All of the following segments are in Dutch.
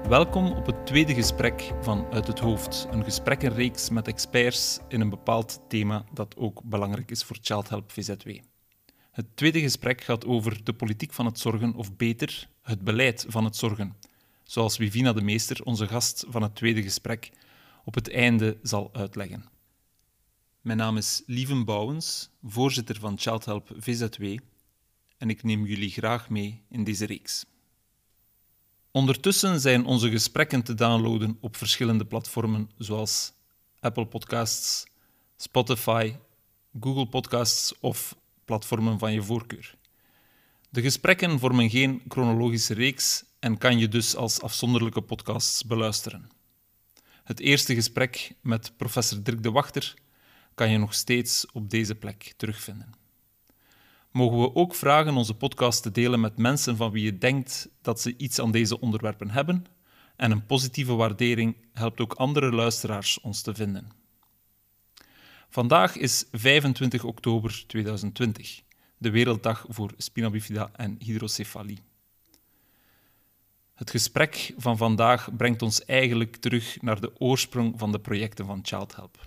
Welkom op het tweede gesprek van Uit het Hoofd. Een gesprekkenreeks met experts in een bepaald thema dat ook belangrijk is voor Child Help VZW. Het tweede gesprek gaat over de politiek van het zorgen, of beter, het beleid van het zorgen. Zoals Wivina de Meester, onze gast van het tweede gesprek, op het einde zal uitleggen. Mijn naam is Lieven Bouwens, voorzitter van Child Help VZW, en ik neem jullie graag mee in deze reeks. Ondertussen zijn onze gesprekken te downloaden op verschillende platformen zoals Apple Podcasts, Spotify, Google Podcasts of platformen van je voorkeur. De gesprekken vormen geen chronologische reeks en kan je dus als afzonderlijke podcasts beluisteren. Het eerste gesprek met professor Dirk de Wachter kan je nog steeds op deze plek terugvinden. Mogen we ook vragen onze podcast te delen met mensen van wie je denkt dat ze iets aan deze onderwerpen hebben, en een positieve waardering helpt ook andere luisteraars ons te vinden. Vandaag is 25 oktober 2020, de Werelddag voor Spina Bifida en Hydrocefalie. Het gesprek van vandaag brengt ons eigenlijk terug naar de oorsprong van de projecten van Child Help.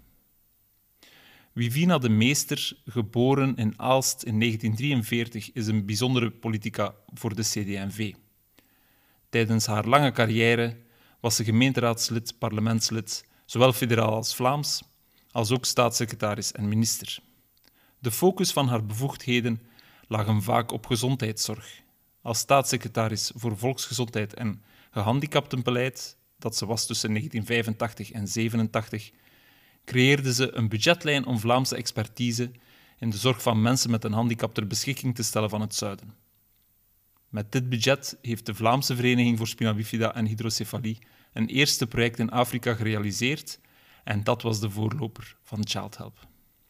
Wivina de Meester, geboren in Aalst in 1943, is een bijzondere politica voor de CD&V. Tijdens haar lange carrière was ze gemeenteraadslid, parlementslid, zowel federaal als Vlaams, als ook staatssecretaris en minister. De focus van haar bevoegdheden lag hem vaak op gezondheidszorg. Als staatssecretaris voor volksgezondheid en gehandicaptenbeleid, dat ze was tussen 1985 en 1987, creëerde ze een budgetlijn om Vlaamse expertise in de zorg van mensen met een handicap ter beschikking te stellen van het zuiden. Met dit budget heeft de Vlaamse Vereniging voor Spina Bifida en Hydrocefalie een eerste project in Afrika gerealiseerd en dat was de voorloper van Child Help.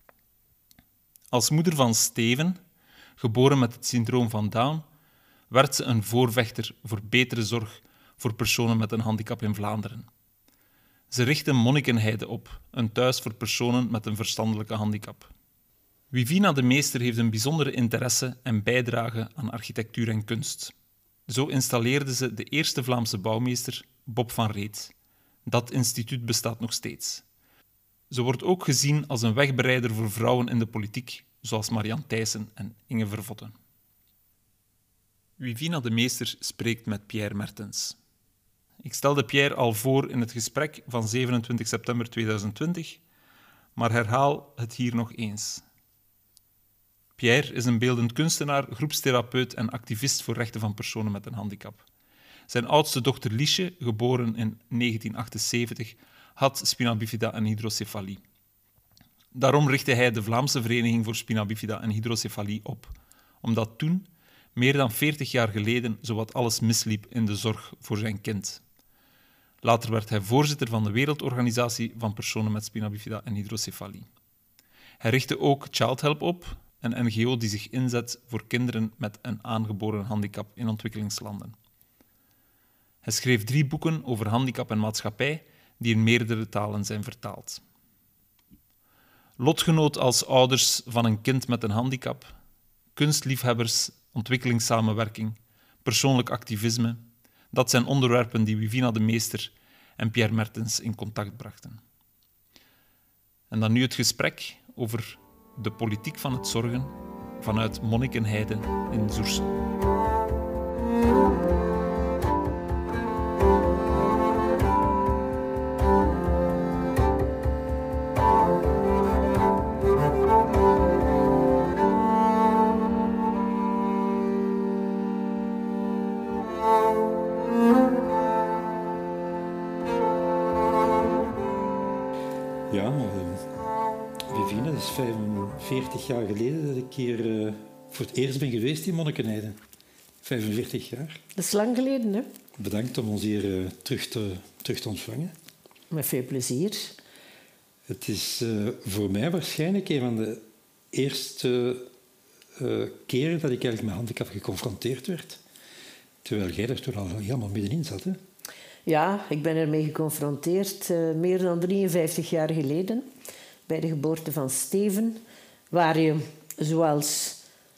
Als moeder van Steven, geboren met het syndroom van Down, werd ze een voorvechter voor betere zorg voor personen met een handicap in Vlaanderen. Ze richtte Monnikenheide op, een thuis voor personen met een verstandelijke handicap. Wivina de Meester heeft een bijzondere interesse en bijdrage aan architectuur en kunst. Zo installeerde ze de eerste Vlaamse bouwmeester, Bob van Reet. Dat instituut bestaat nog steeds. Ze wordt ook gezien als een wegbereider voor vrouwen in de politiek, zoals Marianne Thijssen en Inge Vervotten. Wivina de Meester spreekt met Pierre Mertens. Ik stelde Pierre al voor in het gesprek van 27 september 2020, maar herhaal het hier nog eens. Pierre is een beeldend kunstenaar, groepstherapeut en activist voor rechten van personen met een handicap. Zijn oudste dochter Liesje, geboren in 1978, had spina bifida en hydrocefalie. Daarom richtte hij de Vlaamse Vereniging voor Spina Bifida en Hydrocefalie op, omdat toen, meer dan 40 jaar geleden, zowat alles misliep in de zorg voor zijn kind. Later werd hij voorzitter van de Wereldorganisatie van Personen met Spina Bifida en Hydrocefalie. Hij richtte ook Child Help op, een NGO die zich inzet voor kinderen met een aangeboren handicap in ontwikkelingslanden. Hij schreef 3 boeken over handicap en maatschappij, die in meerdere talen zijn vertaald. Lotgenoot als ouders van een kind met een handicap, kunstliefhebbers, ontwikkelingssamenwerking, persoonlijk activisme, dat zijn onderwerpen die Wivina de Meester en Pierre Mertens in contact brachten. En dan nu het gesprek over de politiek van het zorgen vanuit Monnikenheide in Zoersel. Wivina, dat is 45 jaar geleden dat ik hier voor het eerst ben geweest in Monnikenheide. 45 jaar. Dat is lang geleden, hè? Bedankt om ons hier terug te ontvangen. Met veel plezier. Het is voor mij waarschijnlijk een van de eerste keren dat ik eigenlijk met handicap geconfronteerd werd. Terwijl jij er toen al helemaal middenin zat, hè? Ja, ik ben ermee geconfronteerd meer dan 53 jaar geleden. Bij de geboorte van Steven, waar je, zoals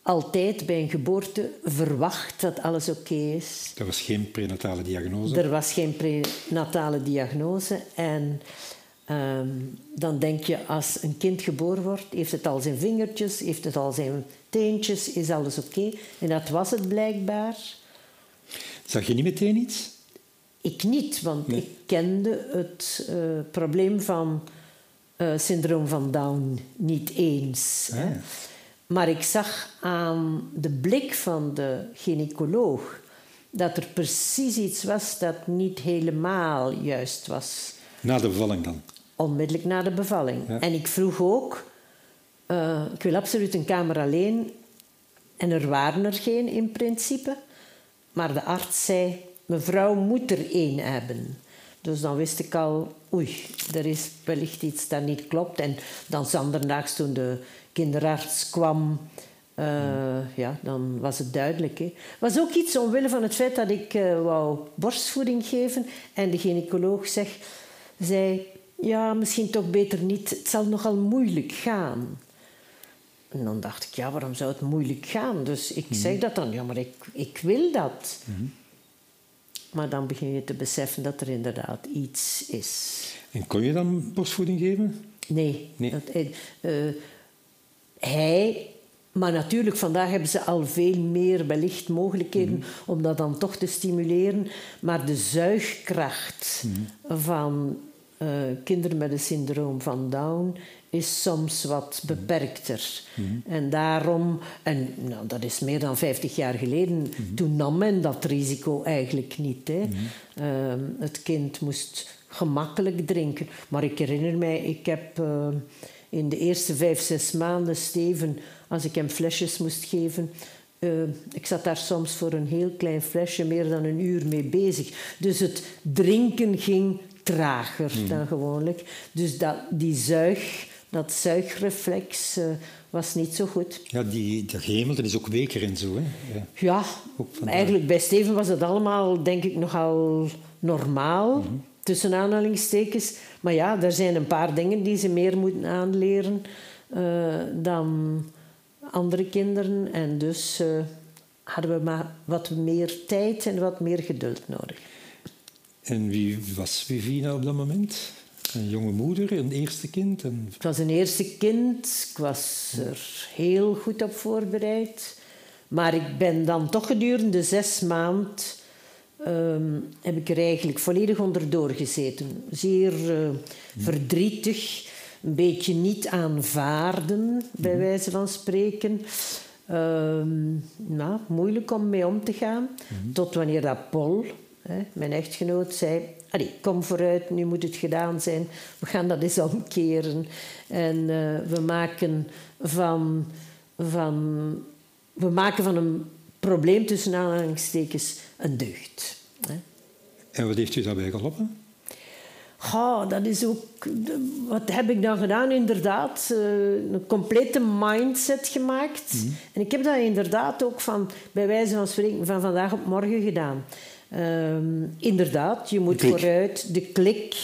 altijd bij een geboorte verwacht dat alles oké is. Er was geen prenatale diagnose? Er was geen prenatale diagnose. En dan denk je, als een kind geboren wordt, heeft het al zijn vingertjes, heeft het al zijn teentjes, is alles oké. En dat was het blijkbaar. Zag je niet meteen iets? Ik niet, want ik kende het probleem van syndroom van Down niet eens. Ah, hè. ja. Maar ik zag aan de blik van de gynaecoloog dat er precies iets was dat niet helemaal juist was. Na de bevalling dan? Onmiddellijk na de bevalling. Ja. En ik vroeg ook, ik wil absoluut een kamer alleen. En er waren er geen in principe. Maar de arts zei, mevrouw moet er één hebben. Dus dan wist ik al, oei, er is wellicht iets dat niet klopt. En dan zanderdaags toen de kinderarts kwam, ja, dan was het duidelijk. Het was ook iets omwille van het feit dat ik wou borstvoeding geven. En de gynaecoloog zei, ja, misschien toch beter niet. Het zal nogal moeilijk gaan. En dan dacht ik, ja, waarom zou het moeilijk gaan? Dus ik zeg dat dan, ja, maar ik wil dat. Maar dan begin je te beseffen dat er inderdaad iets is. En kon je dan borstvoeding geven? Nee. Nee. Maar natuurlijk, vandaag hebben ze al veel meer wellicht mogelijkheden om dat dan toch te stimuleren. Maar de zuigkracht van kinderen met een syndroom van Down is soms wat beperkter. En daarom, en nou, dat is meer dan 50 jaar geleden, toen nam men dat risico eigenlijk niet. Hè. Het kind moest gemakkelijk drinken. Maar ik herinner mij, ik heb in de eerste 5-6 maanden Steven, als ik hem flesjes moest geven, ik zat daar soms voor een heel klein flesje meer dan een uur mee bezig. Dus het drinken ging trager dan gewoonlijk. Dus dat zuigreflex was niet zo goed. Ja, dat gehemelte is ook weker en zo. Hè? Ja. Ja, eigenlijk bij Steven was het allemaal, denk ik, nogal normaal. Tussen aanhalingstekens. Maar ja, er zijn een paar dingen die ze meer moeten aanleren dan andere kinderen. En dus hadden we maar wat meer tijd en wat meer geduld nodig. En wie was Vivina op dat moment? Een jonge moeder, een eerste kind? Het was een eerste kind. Ik was er heel goed op voorbereid. Maar ik ben dan toch gedurende 6 maanden... heb ik er eigenlijk volledig onder doorgezeten. Zeer verdrietig, een beetje niet aanvaarden, bij wijze van spreken. Nou, moeilijk om mee om te gaan. Tot wanneer dat Paul, mijn echtgenoot, zei... Allee, kom vooruit, nu moet het gedaan zijn. We gaan dat eens omkeren. En we maken van een probleem tussen aanhalingstekens een deugd. En wat heeft u daarbij geholpen? Dat is ook... Wat heb ik dan gedaan? Inderdaad, een complete mindset gemaakt. En ik heb dat inderdaad ook bij wijze van spreken van vandaag op morgen gedaan. Inderdaad, je moet vooruit, de klik.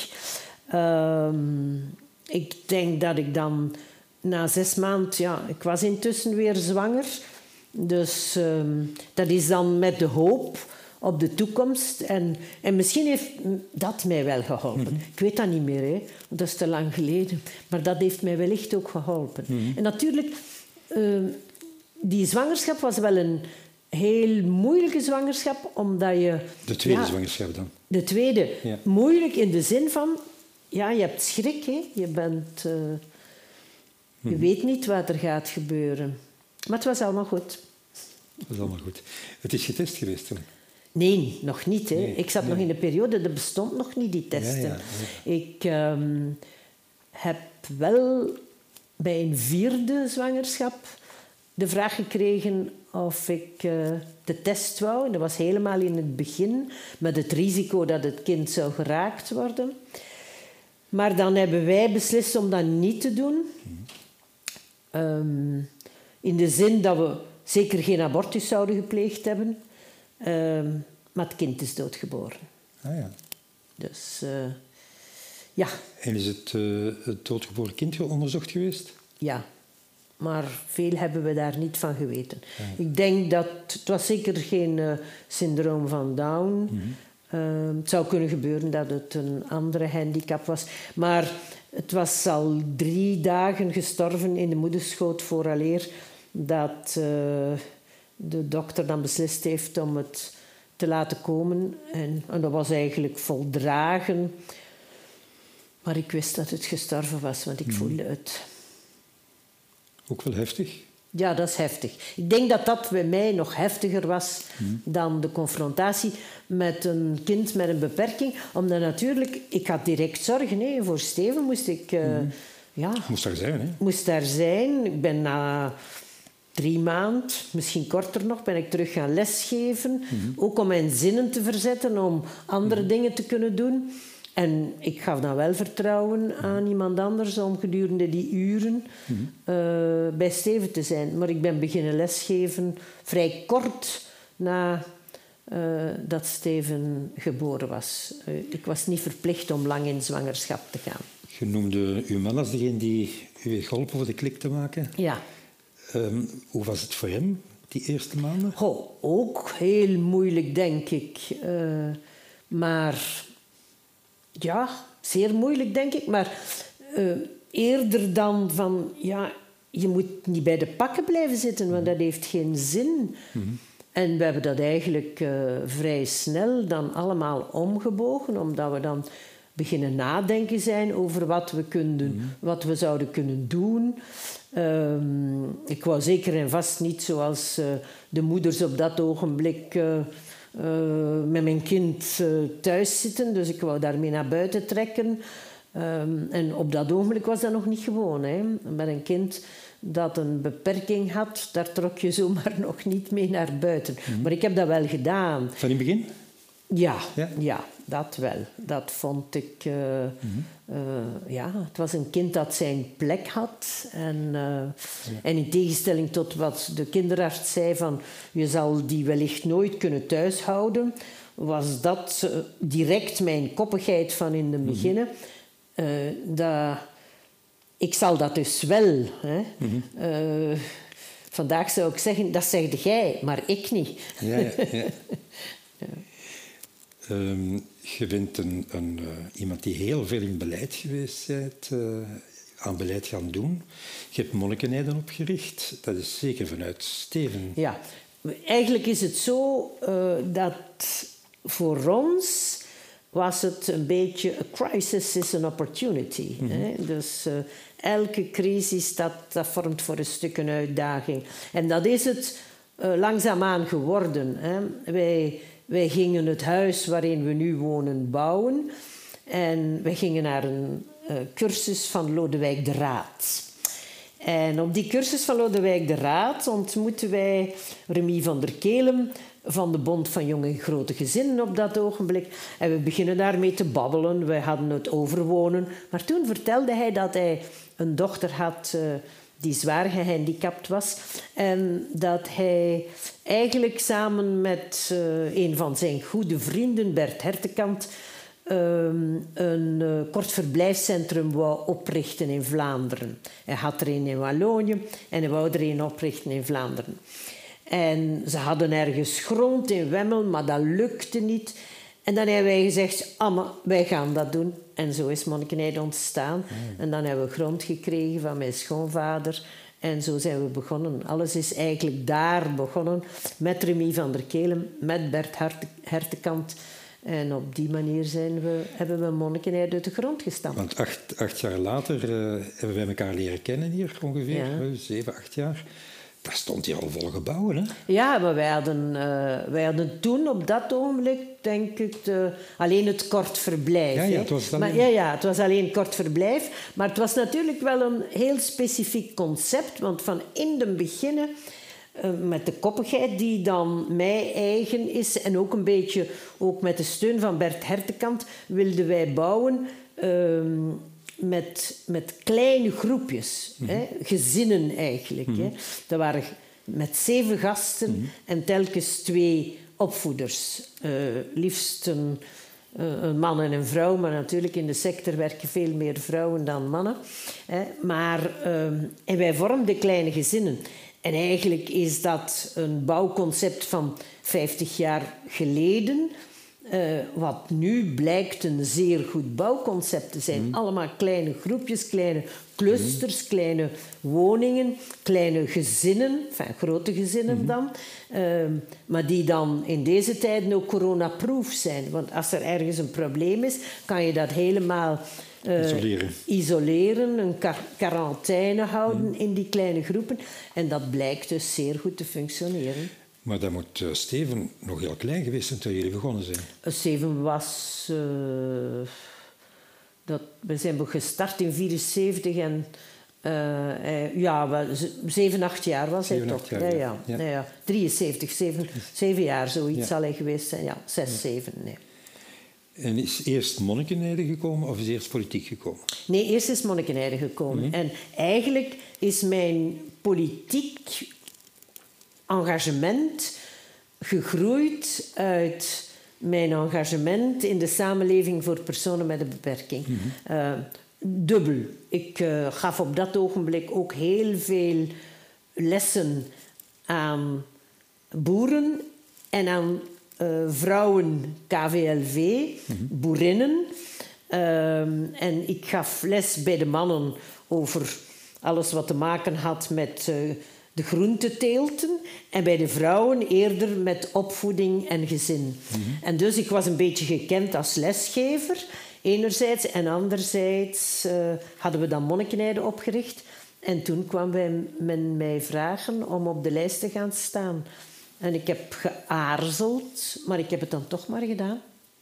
Ik denk dat ik dan na 6 maanden... Ja, ik was intussen weer zwanger. Dus dat is dan met de hoop op de toekomst. En misschien heeft dat mij wel geholpen. Ik weet dat niet meer, hè, want dat is te lang geleden. Maar dat heeft mij wellicht ook geholpen. En natuurlijk, die zwangerschap was wel een heel moeilijke zwangerschap, omdat je... De tweede zwangerschap dan? De tweede. Ja. Moeilijk in de zin van... Ja, je hebt schrik, hè. Je bent... Je weet niet wat er gaat gebeuren. Maar het was allemaal goed. Dat is allemaal goed. Het is getest geweest toen? Nee, nog niet. Hè. Nee, ik zat nog in de periode, er bestond nog niet die testen. Ja. Ik heb wel bij een 4e zwangerschap de vraag gekregen of ik de test wou. Dat was helemaal in het begin, met het risico dat het kind zou geraakt worden. Maar dan hebben wij beslist om dat niet te doen. In de zin dat we zeker geen abortus zouden gepleegd hebben. Maar het kind is doodgeboren. Ah ja. Dus ja. En is het doodgeboren kind onderzocht geweest? Ja. Maar veel hebben we daar niet van geweten. Ja. Ik denk dat... Het was zeker geen syndroom van Down. Het zou kunnen gebeuren dat het een andere handicap was. Maar het was al 3 dagen gestorven in de moederschoot vooraleer dat de dokter dan beslist heeft om het te laten komen. En dat was eigenlijk voldragen. Maar ik wist dat het gestorven was, want ik voelde het. Ook wel heftig? Ja, dat is heftig. Ik denk dat dat bij mij nog heftiger was dan de confrontatie met een kind met een beperking. Omdat natuurlijk, ik had direct zorgen. Hè. Voor Steven moest ik... Moest daar zijn, hè? Moest daar zijn. Ik ben na 3 maanden, misschien korter nog, ben ik terug gaan lesgeven. Ook om mijn zinnen te verzetten, om andere dingen te kunnen doen. En ik gaf dan wel vertrouwen aan iemand anders om gedurende die uren bij Steven te zijn. Maar ik ben beginnen lesgeven vrij kort na dat Steven geboren was. Ik was niet verplicht om lang in zwangerschap te gaan. Je noemde uw man als degene die u heeft geholpen voor de klik te maken. Ja. Hoe was het voor hem, die eerste maanden? Ook heel moeilijk, denk ik. Maar... Ja, zeer moeilijk, denk ik. Maar eerder dan van... Ja, je moet niet bij de pakken blijven zitten, want dat heeft geen zin. En we hebben dat eigenlijk vrij snel dan allemaal omgebogen, omdat we dan beginnen nadenken zijn over wat we kunnen doen, wat we zouden kunnen doen. Ik wou zeker en vast niet zoals de moeders op dat ogenblik... met mijn kind thuis zitten. Dus ik wou daarmee naar buiten trekken. En op dat ogenblik was dat nog niet gewoon. Hè. Met een kind dat een beperking had, daar trok je zomaar nog niet mee naar buiten. Maar ik heb dat wel gedaan. Van in het begin? Ja, dat wel. Dat vond ik... het was een kind dat zijn plek had. En in tegenstelling tot wat de kinderarts zei van... je zal die wellicht nooit kunnen thuishouden... was dat direct mijn koppigheid van in het begin. Ik zal dat dus wel. Hè. Vandaag zou ik zeggen, dat zegde jij, maar ik niet. Ja. Je bent iemand die heel veel in beleid geweest bent, aan beleid gaan doen. Je hebt Monnikenheiden opgericht. Dat is zeker vanuit Steven. Ja, eigenlijk is het zo dat voor ons was het een beetje... A crisis is an opportunity. Hè? Dus elke crisis, dat vormt voor een stuk een uitdaging. En dat is het langzaamaan geworden. Hè? Wij gingen het huis waarin we nu wonen bouwen. En wij gingen naar een cursus van Lodewijk de Raad. En op die cursus van Lodewijk de Raad ontmoetten wij Remy van der Kelen van de Bond van Jonge en Grote Gezinnen op dat ogenblik. En we beginnen daarmee te babbelen. We hadden het over wonen. Maar toen vertelde hij dat hij een dochter had... die zwaar gehandicapt was. En dat hij eigenlijk samen met een van zijn goede vrienden, Bert Hertekant, een kort verblijfscentrum wou oprichten in Vlaanderen. Hij had er een in Wallonië en hij wou er een oprichten in Vlaanderen. En ze hadden ergens grond in Wemmel, maar dat lukte niet. En dan hebben wij gezegd, wij gaan dat doen. En zo is Monnikenheiden ontstaan. En dan hebben we grond gekregen van mijn schoonvader. En zo zijn we begonnen. Alles is eigenlijk daar begonnen. Met Remy van der Kelen, met Bert Hertekant. En op die manier hebben we Monnikenheiden uit de grond gestampt. Want 8 jaar later hebben wij elkaar leren kennen hier ongeveer. 7, 8 jaar. Daar stond hier al vol gebouwen, hè? Ja, maar wij hadden toen op dat ogenblik, denk ik, alleen het kort verblijf. Ja, het was het was alleen kort verblijf. Maar het was natuurlijk wel een heel specifiek concept. Want van in het begin, met de koppigheid die dan mij eigen is... en ook een beetje ook met de steun van Bert Hertekant... wilden wij bouwen... Met kleine groepjes, gezinnen eigenlijk. Hè. Dat waren met 7 gasten en telkens 2 opvoeders. Liefst een man en een vrouw, maar natuurlijk in de sector werken veel meer vrouwen dan mannen. En wij vormden kleine gezinnen. En eigenlijk is dat een bouwconcept van 50 jaar geleden, wat nu blijkt een zeer goed bouwconcept te zijn. Allemaal kleine groepjes, kleine clusters, kleine woningen, kleine gezinnen, enfin, grote gezinnen dan, maar die dan in deze tijden ook coronaproof zijn. Want als er ergens een probleem is, kan je dat helemaal isoleren, een quarantaine houden in die kleine groepen. En dat blijkt dus zeer goed te functioneren. Maar dan moet Steven nog heel klein geweest zijn toen jullie begonnen zijn. Steven was... we zijn gestart in 1974 en 7, 8 jaar was hij toch. Ja. 73, 7 jaar, zoiets zal hij geweest zijn. Ja, 6, 7, nee. En is eerst Monnikenheide gekomen of is eerst politiek gekomen? Nee, eerst is Monnikenheide gekomen. En eigenlijk is mijn politiek engagement gegroeid uit mijn engagement in de samenleving voor personen met een beperking. Dubbel. Ik gaf op dat ogenblik ook heel veel lessen aan boeren en aan vrouwen KVLV, boerinnen. En ik gaf les bij de mannen over alles wat te maken had met de groenteteelten en bij de vrouwen eerder met opvoeding en gezin. En dus ik was een beetje gekend als lesgever, enerzijds. En anderzijds hadden we dan Monnikenheide opgericht. En toen kwam men mij vragen om op de lijst te gaan staan. En ik heb geaarzeld, maar ik heb het dan toch maar gedaan.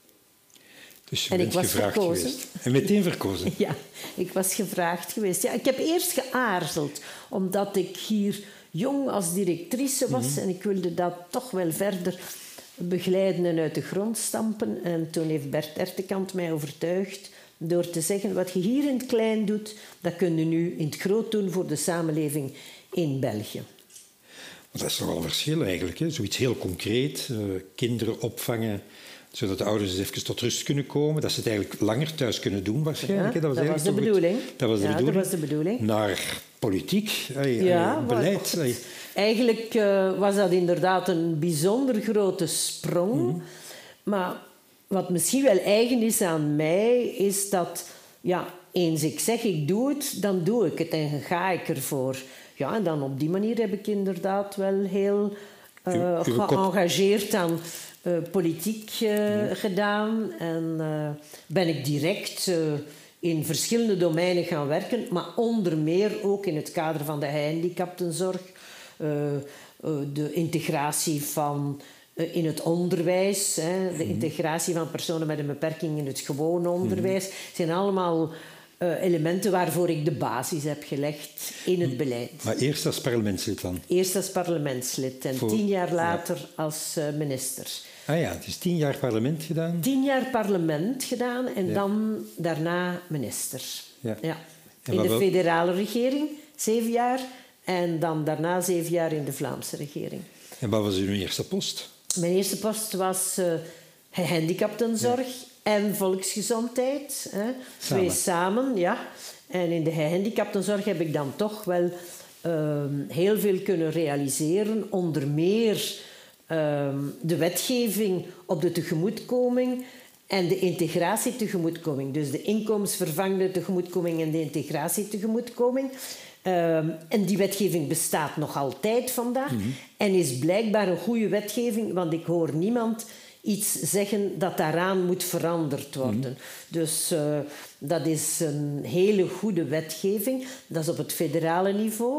Dus je bent gevraagd geweest. En meteen verkozen. Ja, ik was gevraagd geweest. Ja, ik heb eerst geaarzeld, omdat ik hier jong als directrice was en ik wilde dat toch wel verder begeleiden en uit de grond stampen. En toen heeft Bert Ertekant mij overtuigd door te zeggen, wat je hier in het klein doet, dat kun je nu in het groot doen voor de samenleving in België. Want dat is toch wel een verschil eigenlijk, hè? Zoiets heel concreet, kinderen opvangen, zodat de ouders eens even tot rust kunnen komen, dat ze het eigenlijk langer thuis kunnen doen waarschijnlijk. Ja, dat was de bedoeling. Dat was de bedoeling. Naar politiek, beleid. Eigenlijk was dat inderdaad een bijzonder grote sprong. Maar wat misschien wel eigen is aan mij, is dat eens ik zeg ik doe het, dan doe ik het en ga ik ervoor. Ja, en dan op die manier heb ik inderdaad wel heel geëngageerd aan politiek gedaan. En ben ik direct in verschillende domeinen gaan werken, maar onder meer ook in het kader van de gehandicaptenzorg, de integratie van in het onderwijs, de integratie van personen met een beperking in het gewone onderwijs, zijn allemaal elementen waarvoor ik de basis heb gelegd in het beleid. Maar eerst als parlementslid dan? Eerst als parlementslid en 10 jaar later als minister. Ah ja, het is 10 jaar parlement gedaan? 10 jaar parlement gedaan en dan daarna minister. Ja. In de federale regering 7 jaar en dan daarna 7 jaar in de Vlaamse regering. En wat was uw eerste post? Mijn eerste post was gehandicaptenzorg en volksgezondheid. Twee samen, ja. En in de gehandicaptenzorg heb ik dan toch wel heel veel kunnen realiseren. Onder meer de wetgeving op de tegemoetkoming en de integratie tegemoetkoming. Dus de inkomensvervangende tegemoetkoming en de integratie tegemoetkoming. En die wetgeving bestaat nog altijd vandaag. En is blijkbaar een goede wetgeving, want ik hoor niemand iets zeggen dat daaraan moet veranderd worden. Dus dat is een hele goede wetgeving. Dat is op het federale niveau.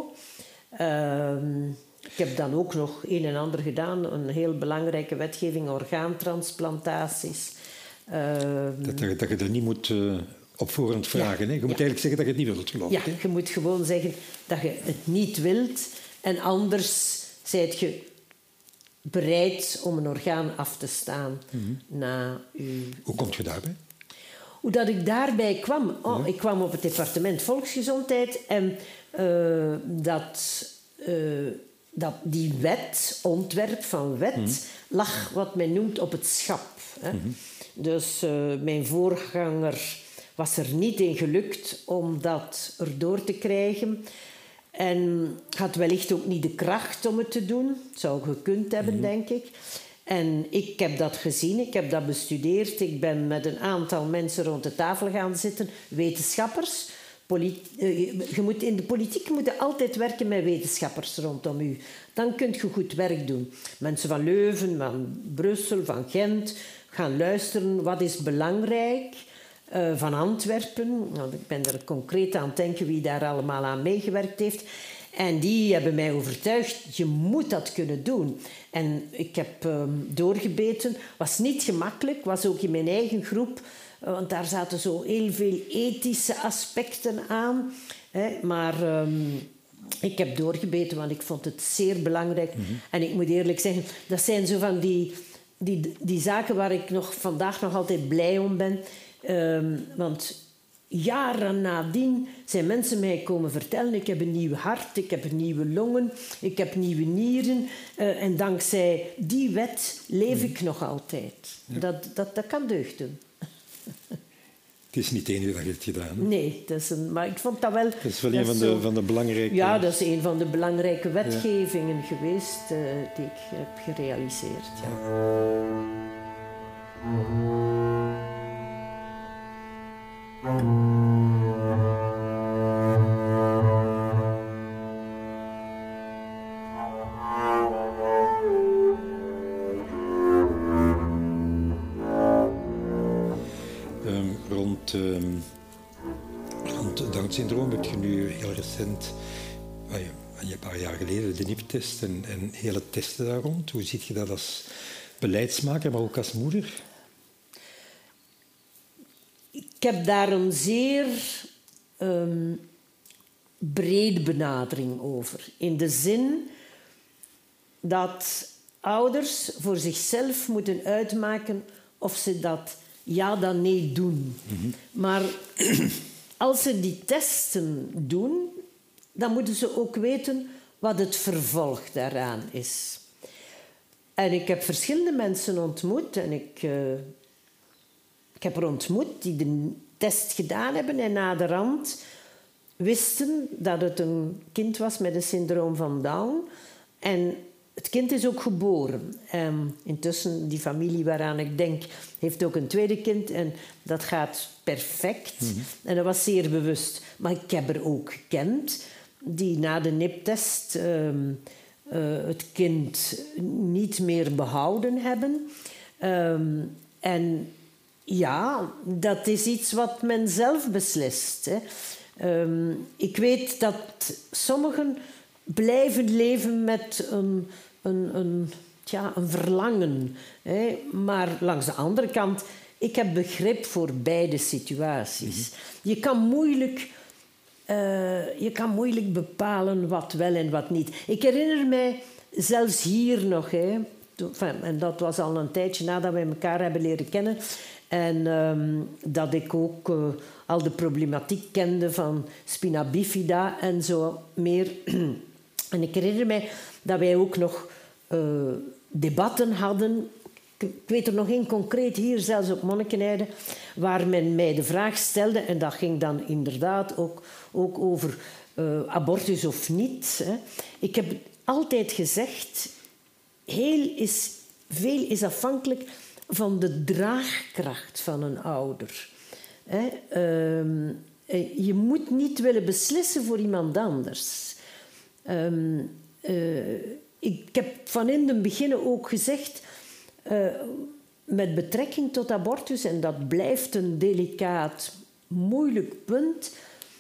Ik heb dan ook nog een en ander gedaan. Een heel belangrijke wetgeving, orgaantransplantaties. Dat je er niet moet op voorhand vragen. Hè? Je moet eigenlijk zeggen dat je het niet wilt, geloof ik. Ja, je moet gewoon zeggen dat je het niet wilt. En anders zijt je bereid om een orgaan af te staan na je... Hoe kom je daarbij? Hoe dat ik daarbij kwam? Ik kwam op het departement Volksgezondheid en dat die wet, ontwerp van wet, lag wat men noemt op het schap. Hè. Dus mijn voorganger was er niet in gelukt om dat erdoor te krijgen. En had wellicht ook niet de kracht om het te doen. Zou gekund hebben, denk ik. En ik heb dat gezien, ik heb dat bestudeerd. Ik ben met een aantal mensen rond de tafel gaan zitten, wetenschappers. In de politiek moet je altijd werken met wetenschappers rondom u. Dan kun je goed werk doen. Mensen van Leuven, van Brussel, van Gent gaan luisteren. Wat is belangrijk? Van Antwerpen. Want ik ben er concreet aan het denken wie daar allemaal aan meegewerkt heeft. En die hebben mij overtuigd, je moet dat kunnen doen. En ik heb doorgebeten. Was niet gemakkelijk, was ook in mijn eigen groep. Want daar zaten zo heel veel ethische aspecten aan. Maar ik heb doorgebeten, want ik vond het zeer belangrijk. En ik moet eerlijk zeggen, dat zijn zo van die zaken waar ik vandaag nog altijd blij om ben. Want jaren nadien zijn mensen mij komen vertellen, ik heb een nieuw hart, ik heb nieuwe longen, ik heb nieuwe nieren. En dankzij die wet leef ik nog altijd. Ja. Dat kan deugd doen. Het is niet het enige dat je hebt gedaan. Hè? Nee, maar ik vond dat wel... Dat is wel een van de belangrijke... Ja, dat is een van de belangrijke wetgevingen geweest die ik heb gerealiseerd. Ja. Rond het Down-syndroom heb je nu heel recent, een paar jaar geleden, de NIP-test en hele testen daar rond. Hoe ziet je dat als beleidsmaker, maar ook als moeder? Ik heb daar een zeer brede benadering over. In de zin dat ouders voor zichzelf moeten uitmaken of ze dat ja dan nee doen. Maar als ze die testen doen, dan moeten ze ook weten wat het vervolg daaraan is. En ik heb verschillende mensen ontmoet en ik heb er ontmoet die de test gedaan hebben en naderhand wisten dat het een kind was met een syndroom van Down. En het kind is ook geboren. Intussen, die familie waaraan ik denk, heeft ook een tweede kind. En dat gaat perfect. En dat was zeer bewust. Maar ik heb er ook gekend die na de NIP-test het kind niet meer behouden hebben. En ja, dat is iets wat men zelf beslist. Hè. Ik weet dat sommigen blijven leven met een verlangen. Hè. Maar langs de andere kant, ik heb begrip voor beide situaties. Je kan moeilijk bepalen wat wel en wat niet. Ik herinner mij zelfs hier nog, hè, en dat was al een tijdje nadat we elkaar hebben leren kennen, en dat ik ook al de problematiek kende van spina bifida en zo meer. En ik herinner mij dat wij ook nog debatten hadden. Ik weet er nog één concreet, hier zelfs op Monnikenheide, waar men mij de vraag stelde, en dat ging dan inderdaad ook over abortus of niet. Hè. Ik heb altijd gezegd, veel is afhankelijk van de draagkracht van een ouder. Hè. Je moet niet willen beslissen voor iemand anders. Ik heb van in het begin ook gezegd, met betrekking tot abortus, en dat blijft een delicaat, moeilijk punt,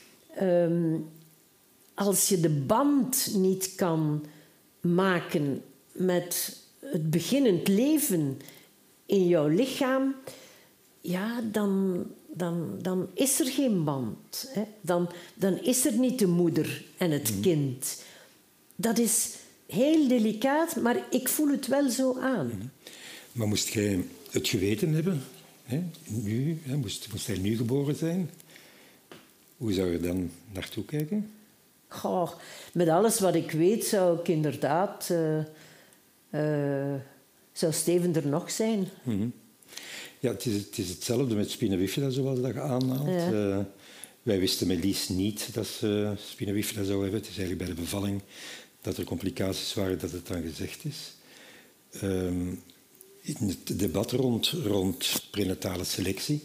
als je de band niet kan maken met het beginnend leven in jouw lichaam, ja, dan is er geen band. Hè. Dan is er niet de moeder en het kind. Dat is heel delicaat, maar ik voel het wel zo aan. Maar moest jij het geweten hebben? Hè? Nu, hè? Moest hij nu geboren zijn? Hoe zou je dan naartoe kijken? Goh, met alles wat ik weet zou ik inderdaad... zou Steven er nog zijn? Ja, het is hetzelfde met spina bifida, zoals dat je aanhaalt. Ja. Wij wisten met Lies niet dat ze spina bifida zou hebben. Het is eigenlijk bij de bevalling dat er complicaties waren, dat het dan gezegd is. In het debat rond prenatale selectie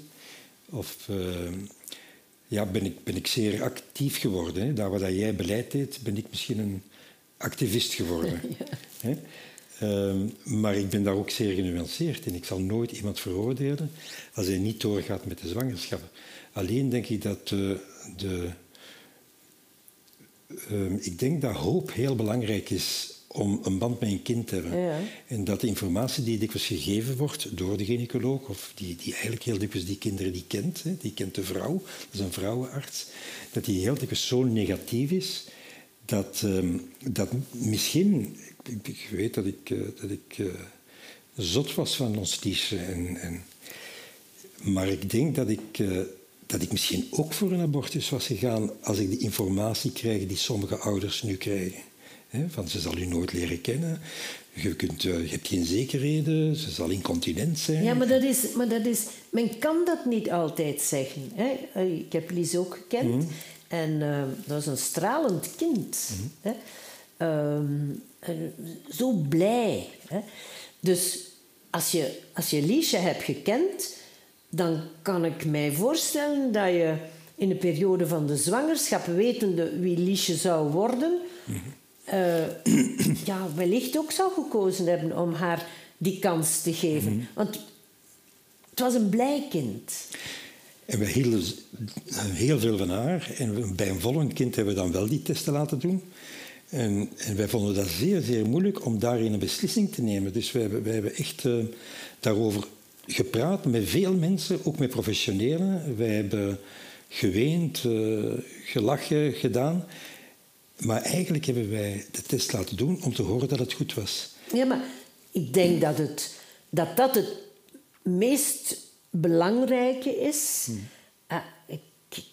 ben ik zeer actief geworden. Hè. Daar waar jij beleid deed, ben ik misschien een activist geworden. Ja. Hè. Maar ik ben daar ook zeer genuanceerd en ik zal nooit iemand veroordelen als hij niet doorgaat met de zwangerschap. Alleen denk ik dat ik denk dat hoop heel belangrijk is om een band met een kind te hebben. Ja. En dat de informatie die dikwijls gegeven wordt door de gynaecoloog, of die eigenlijk heel dikwijls die kinderen die kent de vrouw, dat is een vrouwenarts, dat die heel dikwijls zo negatief is, dat misschien... Ik weet dat ik zot was van ons Liesje. Maar ik denk dat ik misschien ook voor een abortus was gegaan als ik de informatie krijg die sommige ouders nu krijgen. Van ze zal u nooit leren kennen, je hebt geen zekerheden, ze zal incontinent zijn. Ja, maar dat is... Men kan dat niet altijd zeggen. Hè? Ik heb Lies ook gekend. En dat was een stralend kind. Hè? Zo blij. Hè? Dus als je Liesje hebt gekend, dan kan ik mij voorstellen dat je in de periode van de zwangerschap, wetende wie Liesje zou worden, wellicht ook zou gekozen hebben om haar die kans te geven. Want het was een blij kind. En we hielden heel veel van haar. En bij een volgend kind hebben we dan wel die testen laten doen. En wij vonden dat zeer, zeer moeilijk om daarin een beslissing te nemen. Dus wij hebben echt daarover gepraat met veel mensen, ook met professionelen. Wij hebben geweend, gelachen, gedaan. Maar eigenlijk hebben wij de test laten doen om te horen dat het goed was. Ja, maar ik denk dat het meest belangrijke is. Ik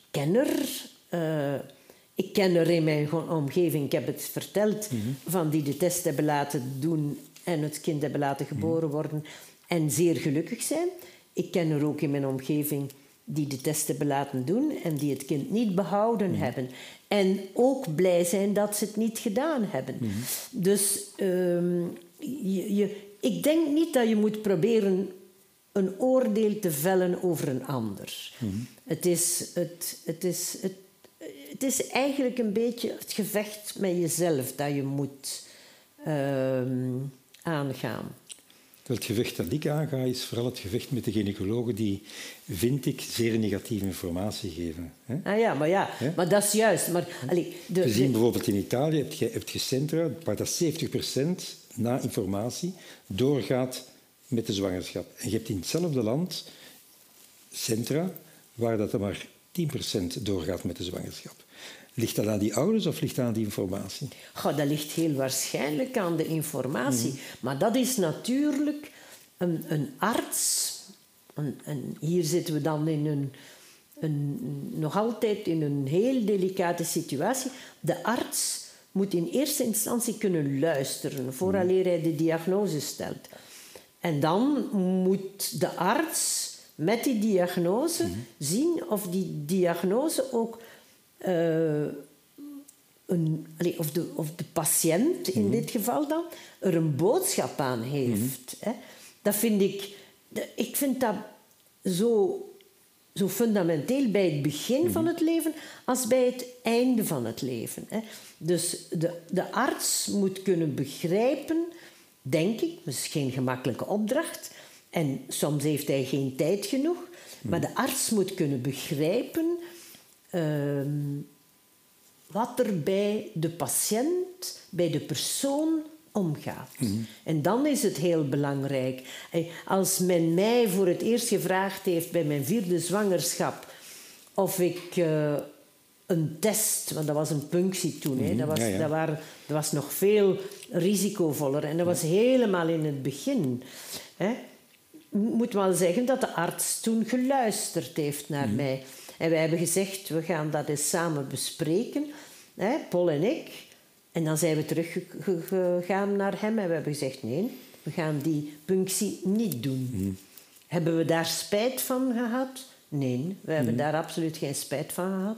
ken er in mijn omgeving, ik heb het verteld, van die de test hebben laten doen en het kind hebben laten geboren worden en zeer gelukkig zijn. Ik ken er ook in mijn omgeving die de test hebben laten doen en die het kind niet behouden hebben. En ook blij zijn dat ze het niet gedaan hebben. Dus ik denk niet dat je moet proberen een oordeel te vellen over een ander. Het is eigenlijk een beetje het gevecht met jezelf dat je moet aangaan. Het gevecht dat ik aanga is vooral het gevecht met de gynaecologen die, vind ik, zeer negatieve informatie geven. Hè? Maar dat is juist. Maar, we zien bijvoorbeeld in Italië, heb je centra waar dat 70% na informatie doorgaat met de zwangerschap. En je hebt in hetzelfde land centra waar dat maar 10% doorgaat met de zwangerschap. Ligt dat aan die ouders of ligt dat aan die informatie? Dat ligt heel waarschijnlijk aan de informatie. Maar dat is natuurlijk een arts. Hier zitten we dan in nog altijd in een heel delicate situatie. De arts moet in eerste instantie kunnen luisteren vooraleer hij de diagnose stelt. En dan moet de arts met die diagnose zien of die diagnose ook... of de patiënt in dit geval dan er een boodschap aan heeft. Hè. Dat vind ik... Ik vind dat zo fundamenteel bij het begin van het leven als bij het einde van het leven. Hè. Dus de arts moet kunnen begrijpen, denk ik, dat is geen gemakkelijke opdracht en soms heeft hij geen tijd genoeg, maar de arts moet kunnen begrijpen wat er bij de patiënt, bij de persoon omgaat. En dan is het heel belangrijk. Als men mij voor het eerst gevraagd heeft bij mijn 4e zwangerschap of ik een test, want dat was een punctie toen, dat was nog veel risicovoller en dat was helemaal in het begin. Hè. Ik moet wel zeggen dat de arts toen geluisterd heeft naar mij. En wij hebben gezegd, we gaan dat eens samen bespreken, hè, Paul en ik. En dan zijn we teruggegaan naar hem en we hebben gezegd, nee, we gaan die punctie niet doen. Hebben we daar spijt van gehad? Nee, we hebben daar absoluut geen spijt van gehad.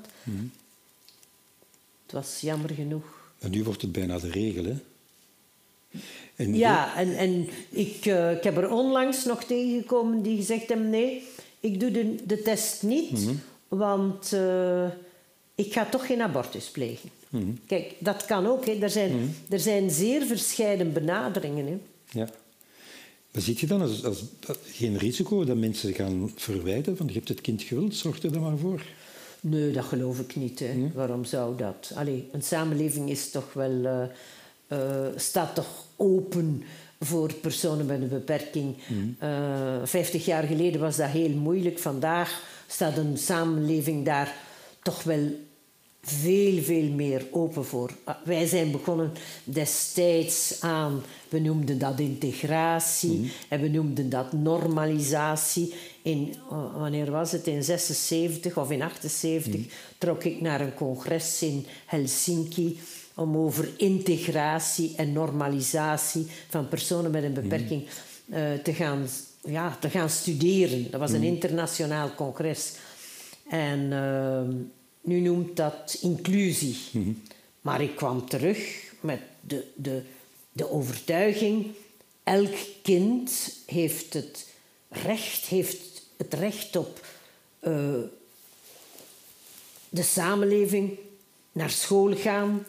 Het was jammer genoeg. En nu wordt het bijna de regel, hè? En En ik heb er onlangs nog tegengekomen die gezegd hebben... Nee, ik doe de test niet, want ik ga toch geen abortus plegen. Kijk, dat kan ook. Hè. Er zijn zeer verscheiden benaderingen. Hè. Ja. Maar ziet je dan als geen risico dat mensen gaan verwijten? Van je hebt het kind gewild, zorg er dan maar voor. Nee, dat geloof ik niet. Hè. Waarom zou dat? Allee, een samenleving is toch wel, staat toch open voor personen met een beperking. 50 jaar geleden was dat heel moeilijk. Vandaag staat een samenleving daar toch wel veel, veel meer open voor. Wij zijn begonnen destijds aan, we noemden dat integratie en we noemden dat normalisatie. Wanneer was het? In 76 of in 78 trok ik naar een congres in Helsinki om over integratie en normalisatie van personen met een beperking te gaan studeren. Dat was een internationaal congres. En nu noemt dat inclusie. Maar ik kwam terug met de overtuiging... elk kind heeft het recht op de samenleving, naar school gaan,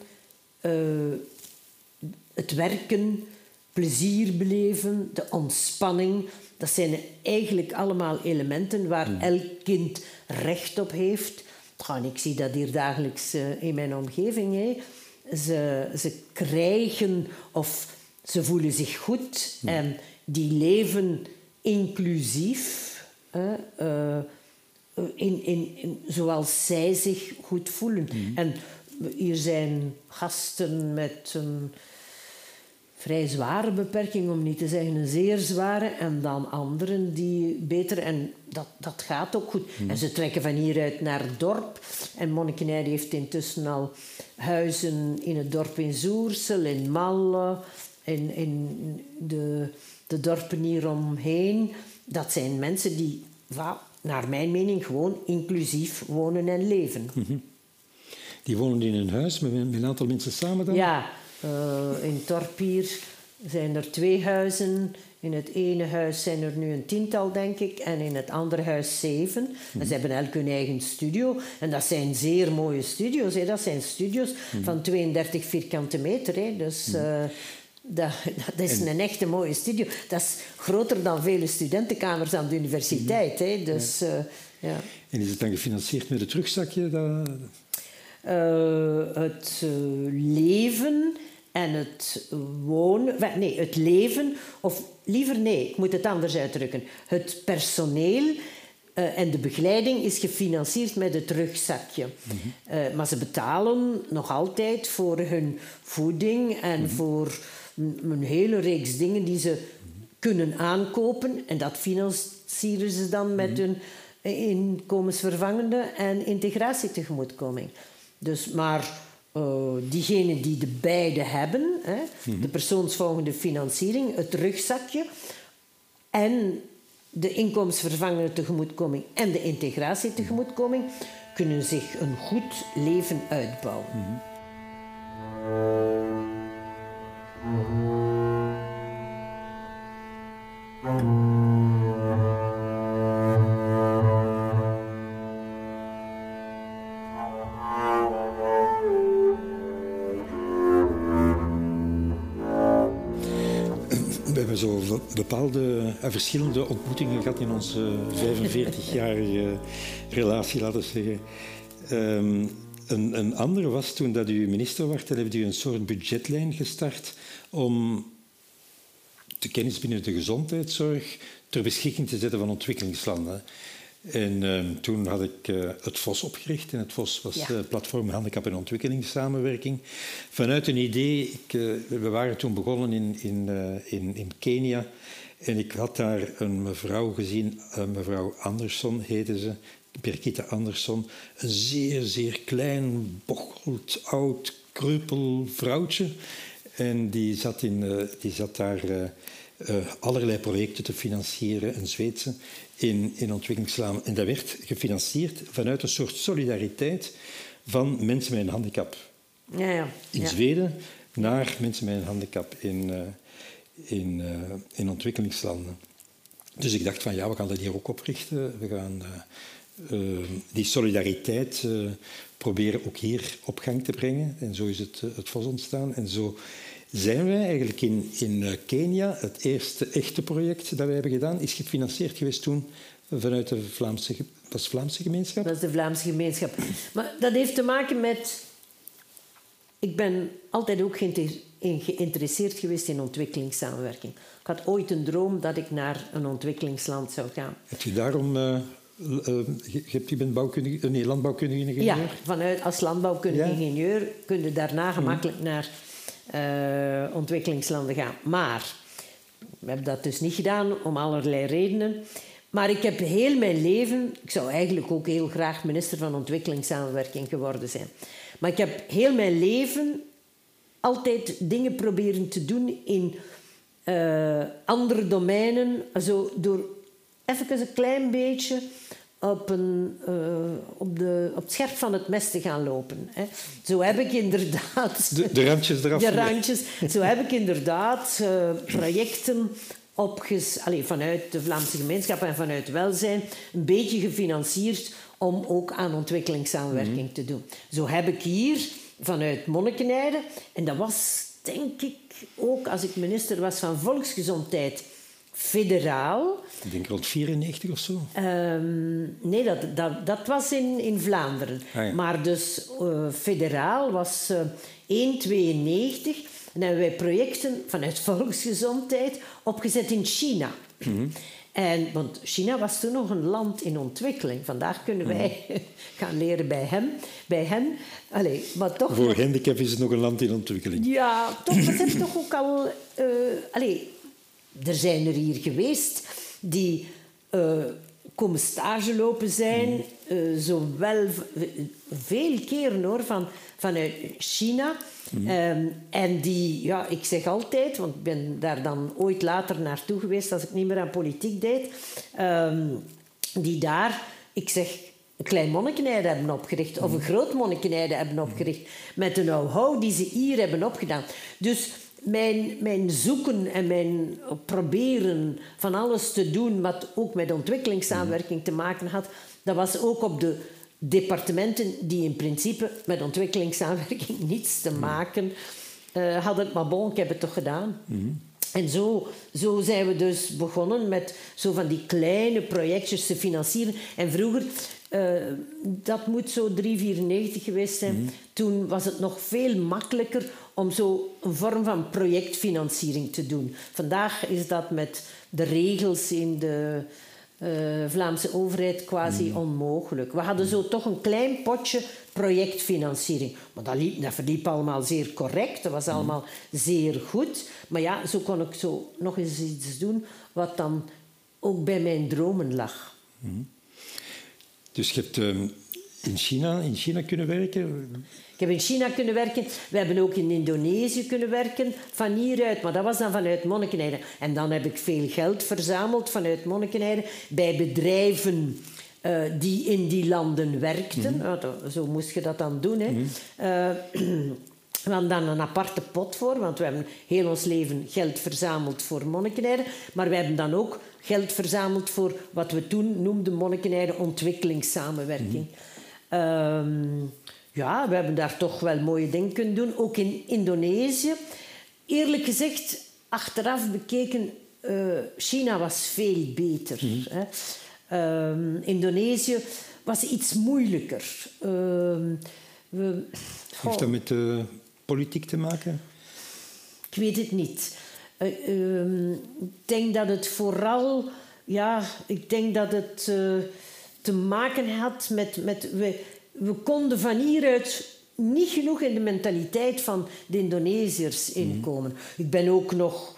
het werken, plezier beleven, de ontspanning. Dat zijn eigenlijk allemaal elementen waar elk kind recht op heeft. En ik zie dat hier dagelijks in mijn omgeving. Hè. Ze krijgen of ze voelen zich goed en die leven inclusief. Zoals zij zich goed voelen. En hier zijn gasten met een vrij zware beperking, om niet te zeggen een zeer zware, en dan anderen die beter... En dat gaat ook goed. En ze trekken van hieruit naar het dorp. En Monnikenheide heeft intussen al huizen in het dorp in Zoersel, in Malle, in de dorpen hieromheen. Dat zijn mensen die, naar mijn mening, gewoon inclusief wonen en leven. Die wonen in een huis met een aantal mensen samen dan? Ja, in het dorp hier zijn er 2 huizen. In het ene huis zijn er nu een 10-tal, denk ik. En in het andere huis 7. En ze hebben elk hun eigen studio. En dat zijn zeer mooie studio's. Hè. Dat zijn studio's van 32 vierkante meter. Hè. Dus dat is een echte mooie studio. Dat is groter dan vele studentenkamers aan de universiteit. Hè. Dus, ja. En is het dan gefinancierd met het terugzakje? Het leven en het wonen... Nee, het leven... Of liever nee, ik moet het anders uitdrukken. Het personeel en de begeleiding is gefinancierd met het rugzakje. Maar ze betalen nog altijd voor hun voeding en voor een hele reeks dingen die ze kunnen aankopen. En dat financieren ze dan met hun inkomensvervangende en integratietegemoetkoming. Dus, maar diegenen die de beide hebben, de persoonsvolgende financiering, het rugzakje en de inkomensvervangende tegemoetkoming en de integratietegemoetkoming, kunnen zich een goed leven uitbouwen. We hebben zo bepaalde verschillende ontmoetingen gehad in onze 45-jarige relatie, laten we zeggen. Een andere was toen dat u minister werd, dan heeft u een soort budgetlijn gestart om de kennis binnen de gezondheidszorg ter beschikking te zetten van ontwikkelingslanden. En toen had ik het VOS opgericht. En het VOS was Platform Handicap en Ontwikkelingssamenwerking. Vanuit een idee, we waren toen begonnen in Kenia. En ik had daar een mevrouw gezien, mevrouw Anderson heette ze, Birgitte Anderson. Een zeer, zeer klein, bocheld, oud, kreupel vrouwtje. En die zat daar allerlei projecten te financieren, een Zweedse, in ontwikkelingslanden. En dat werd gefinancierd vanuit een soort solidariteit van mensen met een handicap. In Zweden naar mensen met een handicap in ontwikkelingslanden. Dus ik dacht van ja, we gaan dat hier ook oprichten. We gaan die solidariteit proberen ook hier op gang te brengen. En zo is het FOS ontstaan. En zo zijn wij eigenlijk in Kenia, het eerste echte project dat wij hebben gedaan, is gefinancierd geweest toen vanuit de Vlaamse gemeenschap. Dat is de Vlaamse gemeenschap. Maar dat heeft te maken met... Ik ben altijd ook geïnteresseerd geweest in ontwikkelingssamenwerking. Ik had ooit een droom dat ik naar een ontwikkelingsland zou gaan. Heb je daarom... je bent landbouwkundige ingenieur? Ja, als landbouwkundige ingenieur kun je daarna gemakkelijk naar ontwikkelingslanden gaan. Maar we hebben dat dus niet gedaan, om allerlei redenen. Maar ik heb heel mijn leven... Ik zou eigenlijk ook heel graag minister van ontwikkelingssamenwerking geworden zijn. Maar ik heb heel mijn leven altijd dingen proberen te doen in andere domeinen. Also door even een klein beetje op het scherp van het mes te gaan lopen. Hè. Zo heb ik inderdaad... De randjes eraf. De randjes. Zo heb ik inderdaad projecten vanuit de Vlaamse gemeenschap en vanuit welzijn een beetje gefinancierd om ook aan ontwikkelingssamenwerking te doen. Zo heb ik hier vanuit Monnikenheide, en dat was denk ik ook als ik minister was van Volksgezondheid, federaal. Ik denk rond 94 of zo? Nee, dat was in Vlaanderen. Ah, ja. Maar dus federaal was 1,92. En dan hebben wij projecten vanuit Volksgezondheid opgezet in China. Want China was toen nog een land in ontwikkeling. Vandaag kunnen wij gaan leren bij hen. Allee, maar toch voor handicap is het nog een land in ontwikkeling. Ja, toch, maar ze hebben toch ook al... er zijn er hier geweest die komen stage lopen zijn. Zowel veel keren hoor, vanuit China. En die, ja, ik zeg altijd, want ik ben daar dan ooit later naartoe geweest als ik niet meer aan politiek deed, die daar, ik zeg, een klein Monnikenheide hebben opgericht of een groot Monnikenheide hebben opgericht met de know-how die ze hier hebben opgedaan. Dus mijn zoeken en mijn proberen van alles te doen wat ook met ontwikkelingssamenwerking te maken had, dat was ook op de departementen die in principe met ontwikkelingssamenwerking niets te maken hadden. Maar bon, ik heb het toch gedaan. En zo zijn we dus begonnen met zo van die kleine projectjes te financieren. En vroeger, dat moet zo 3,94 geweest zijn, toen was het nog veel makkelijker om zo een vorm van projectfinanciering te doen. Vandaag is dat met de regels in de Vlaamse overheid quasi onmogelijk. We hadden zo toch een klein potje projectfinanciering. Maar dat verliep allemaal zeer correct. Dat was allemaal zeer goed. Maar ja, zo kon ik zo nog eens iets doen wat dan ook bij mijn dromen lag. Dus je hebt in China kunnen werken? Ik heb in China kunnen werken. We hebben ook in Indonesië kunnen werken van hieruit. Maar dat was dan vanuit Monnikenheide. En dan heb ik veel geld verzameld vanuit Monnikenheide bij bedrijven die in die landen werkten. Zo moest je dat dan doen. Hè. We hadden dan een aparte pot voor, want we hebben heel ons leven geld verzameld voor Monnikenheide. Maar we hebben dan ook geld verzameld voor wat we toen noemden Monnikenheide ontwikkelingssamenwerking. Ja, we hebben daar toch wel mooie dingen kunnen doen. Ook in Indonesië. Eerlijk gezegd, achteraf bekeken, China was veel beter. Hè. Indonesië was iets moeilijker. Heeft dat met politiek te maken? Ik weet het niet. Ik denk dat het vooral... Ja, ik denk dat het te maken had met we konden van hieruit niet genoeg in de mentaliteit van de Indonesiërs inkomen. Ik ben ook nog...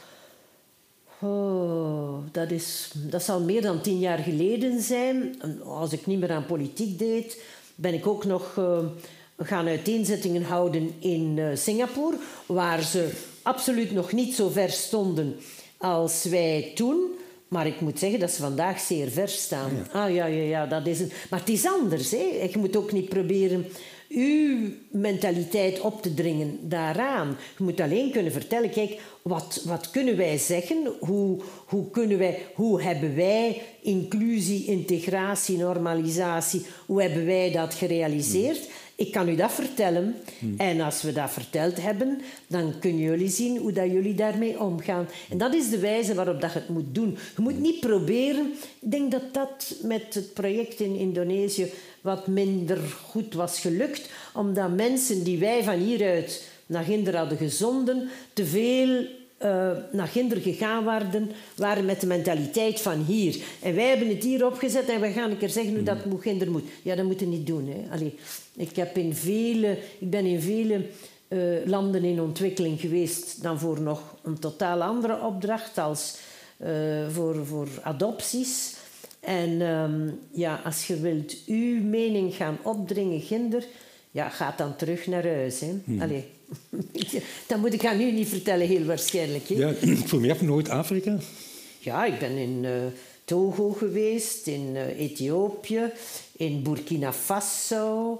dat zal meer dan 10 jaar geleden zijn. Als ik niet meer aan politiek deed, ben ik ook nog gaan uiteenzettingen houden in Singapore, waar ze absoluut nog niet zo ver stonden als wij toen. Maar ik moet zeggen dat ze vandaag zeer ver staan. Ja, dat is maar het is anders. Hè. Je moet ook niet proberen uw mentaliteit op te dringen daaraan. Je moet alleen kunnen vertellen, kijk, wat kunnen wij zeggen? Hoe hebben wij inclusie, integratie, normalisatie, hoe hebben wij dat gerealiseerd? Ik kan u dat vertellen. En als we dat verteld hebben, dan kunnen jullie zien hoe dat jullie daarmee omgaan. En dat is de wijze waarop dat je het moet doen. Je moet niet proberen... Ik denk dat dat met het project in Indonesië wat minder goed was gelukt, omdat mensen die wij van hieruit naar Ginder hadden gezonden, te veel naar Ginder gegaan waren met de mentaliteit van hier. En wij hebben het hier opgezet en we gaan een keer zeggen hoe dat Ginder moet. Ja, dat moet je niet doen. Hè. Allee, ik ben in vele landen in ontwikkeling geweest dan voor nog een totaal andere opdracht als voor adopties. En als je wilt uw mening gaan opdringen, Ginder, gaat dan terug naar huis. Hè. Allee. Dat moet ik aan u niet vertellen, heel waarschijnlijk. Hè. Ja, ik voel me af nooit Afrika. Ja, ik ben in Togo geweest, in Ethiopië, in Burkina Faso.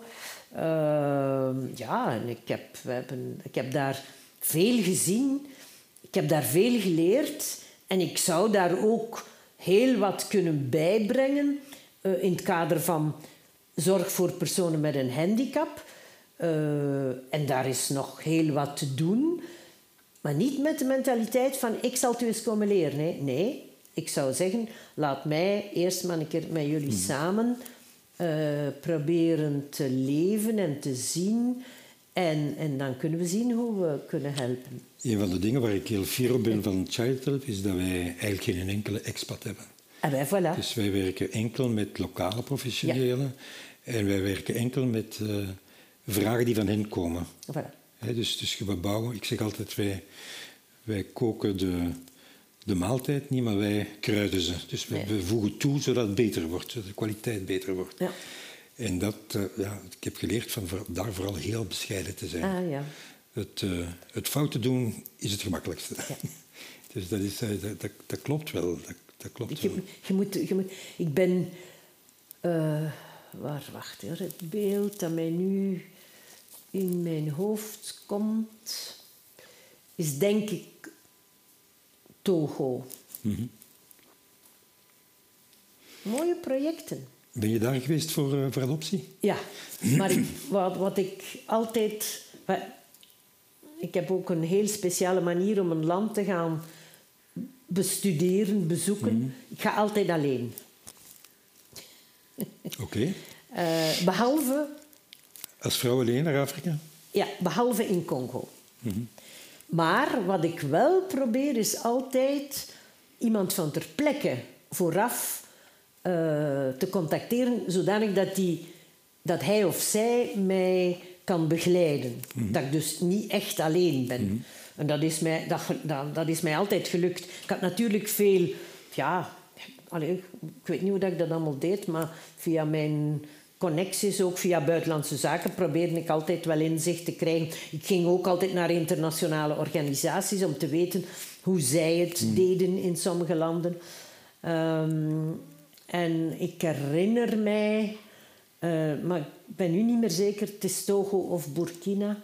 En ik heb daar veel gezien. Ik heb daar veel geleerd. En ik zou daar ook heel wat kunnen bijbrengen in het kader van zorg voor personen met een handicap. En daar is nog heel wat te doen. Maar niet met de mentaliteit van ik zal het u eens komen leren. Hè. Nee, ik zou zeggen, laat mij eerst maar een keer met jullie samen proberen te leven en te zien. En dan kunnen we zien hoe we kunnen helpen. Een van de dingen waar ik heel fier op ben van Child Help is dat wij eigenlijk geen enkele expat hebben. Voilà. Dus wij werken enkel met lokale professionelen en wij werken enkel met vragen die van hen komen. Voilà. Dus we bouwen, ik zeg altijd, wij koken de maaltijd niet, maar wij kruiden ze. Dus we voegen toe zodat het beter wordt, zodat de kwaliteit beter wordt. Ja. En ik heb geleerd van daar vooral heel bescheiden te zijn. Het fouten doen is het gemakkelijkste. Ja. Dus dat klopt wel. Dat klopt wel. Ik ben... wacht, het beeld dat mij nu in mijn hoofd komt, is denk ik Togo. Mooie projecten. Ben je daar geweest voor adoptie? Ja, maar wat ik altijd... Ik heb ook een heel speciale manier om een land te gaan bestuderen, bezoeken. Ik ga altijd alleen. Oké. Behalve... Als vrouw alleen naar Afrika? Ja, behalve in Congo. Maar wat ik wel probeer is altijd iemand van ter plekke vooraf te contacteren, zodanig dat hij of zij mij kan begeleiden. Dat ik dus niet echt alleen ben. En dat is mij altijd gelukt. Ik had natuurlijk veel... ik weet niet hoe ik dat allemaal deed, maar via mijn connecties, ook via buitenlandse zaken, probeerde ik altijd wel inzicht te krijgen. Ik ging ook altijd naar internationale organisaties om te weten hoe zij het deden in sommige landen. En ik herinner mij... maar ik ben nu niet meer zeker, het is Togo of Burkina.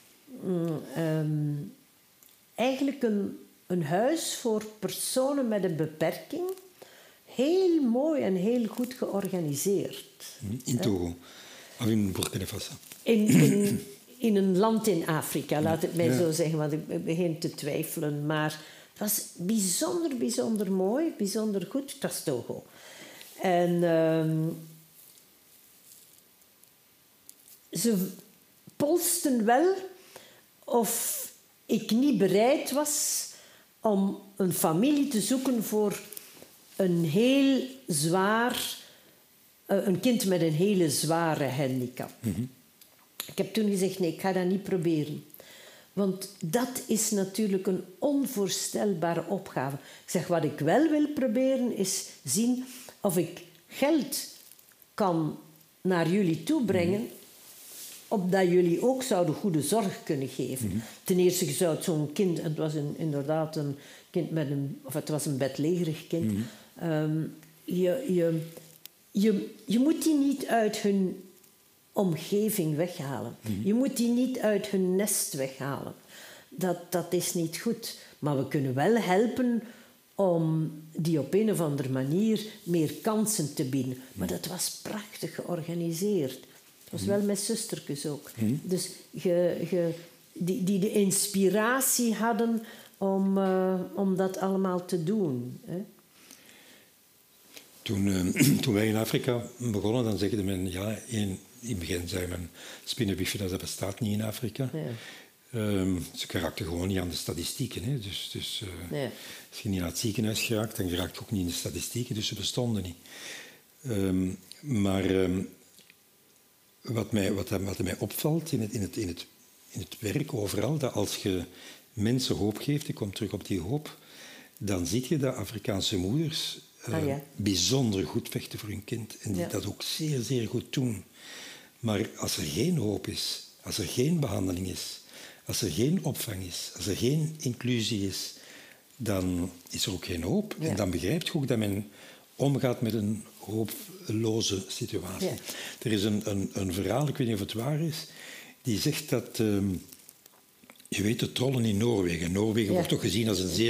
Eigenlijk een huis voor personen met een beperking. Heel mooi en heel goed georganiseerd. In Togo? Of in Burkina Faso? In een land in Afrika, laat het mij zo zeggen, want ik begin te twijfelen. Maar het was bijzonder, bijzonder mooi, bijzonder goed. Het was Togo. En... ze polsten wel of ik niet bereid was om een familie te zoeken voor een kind met een hele zware handicap. Ik heb toen gezegd, nee, ik ga dat niet proberen. Want dat is natuurlijk een onvoorstelbare opgave. Ik zeg, wat ik wel wil proberen is zien of ik geld kan naar jullie toe brengen opdat jullie ook zouden goede zorg kunnen geven. Ten eerste, je zou zo'n kind... Het was inderdaad een kind met een... Of het was een bedlegerig kind. Je moet die niet uit hun omgeving weghalen. Je moet die niet uit hun nest weghalen. Dat is niet goed. Maar we kunnen wel helpen om die op een of andere manier meer kansen te bieden. Maar dat was prachtig georganiseerd. Het was wel met zustertjes ook. Dus die de inspiratie hadden om dat allemaal te doen. Hè. Toen wij in Afrika begonnen, dan zegde men... Ja, in het begin zei men... Spina bifida, dat bestaat niet in Afrika. Ja. Ze geraakten gewoon niet aan de statistieken. Hè. Dus Nee. als je niet naar het ziekenhuis geraakt, dan geraakt je ook niet in de statistieken. Dus ze bestonden niet. Wat mij opvalt in het werk overal, dat als je mensen hoop geeft, ik kom terug op die hoop, dan zie je dat Afrikaanse moeders bijzonder goed vechten voor hun kind. En die dat ook zeer, zeer goed doen. Maar als er geen hoop is, als er geen behandeling is, als er geen opvang is, als er geen inclusie is, dan is er ook geen hoop. Ja. En dan begrijp je ook dat men omgaat met een hopeloze situatie. Ja. Er is een verhaal, ik weet niet of het waar is, die zegt dat... je weet de trollen in Noorwegen. Noorwegen wordt toch gezien als een zeer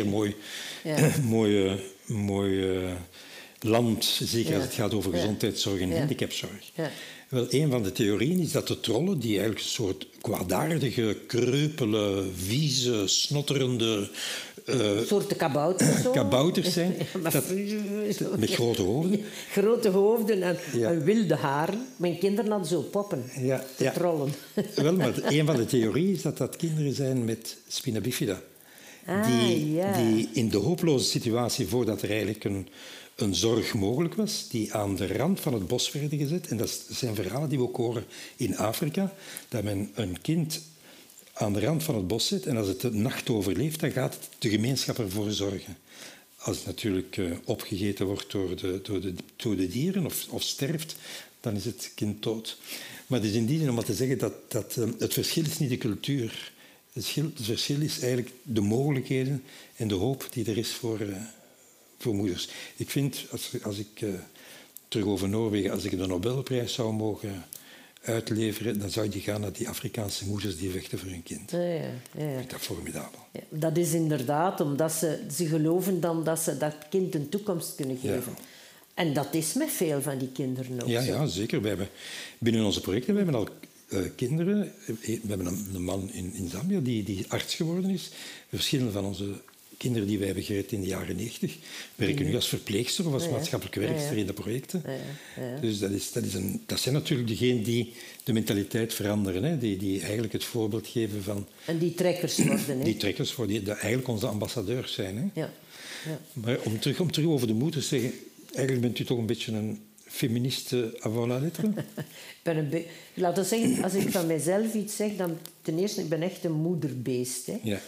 mooi land, zeker als het gaat over gezondheidszorg en handicapzorg. Ja. Wel, een van de theorieën is dat de trollen, die eigenlijk een soort kwaadaardige, kreupele, vieze, snotterende... soorten kabouters. Kabouters zijn. Met grote hoofden. Grote hoofden en wilde haren. Mijn kinderen hadden zo poppen. De trollen. Wel, maar een van de theorieën is dat kinderen zijn met spina bifida. Die in de hopeloze situatie, voordat er eigenlijk een zorg mogelijk was, die aan de rand van het bos werden gezet. En dat zijn verhalen die we ook horen in Afrika, dat men een kind aan de rand van het bos zet en als het de nacht overleeft, dan gaat de gemeenschap ervoor zorgen. Als het natuurlijk opgegeten wordt door de dieren of sterft, dan is het kind dood. Maar het is in die zin om te zeggen dat het verschil is niet de cultuur. Het verschil is eigenlijk de mogelijkheden en de hoop die er is voor moeders. Ik vind, als ik terug over Noorwegen, als ik de Nobelprijs zou mogen uitleveren, dan zou die gaan naar die Afrikaanse moeders die vechten voor hun kind. Ja. Ik vind dat formidabel. Ja, dat is inderdaad, omdat ze geloven dan dat ze dat kind een toekomst kunnen geven. Ja. En dat is met veel van die kinderen ook. Ja, zeker. Binnen onze projecten we hebben al kinderen. We hebben een man in Zambia die arts geworden is. Verschillende van onze kinderen die wij hebben gered in de jaren 90 werken nu als verpleegster of als maatschappelijke werkster in de projecten. Dus dat zijn natuurlijk degenen die de mentaliteit veranderen. Hè? Die eigenlijk het voorbeeld geven van... En die trekkers worden. Hè? Die trekkers worden, die eigenlijk onze ambassadeurs zijn. Hè? Ja. Maar om terug over de moeders te zeggen... Eigenlijk bent u toch een beetje een feministe avant la lettre? Laten we zeggen, als ik van mezelf iets zeg, dan ten eerste, ik ben echt een moederbeest. Hè. Ja.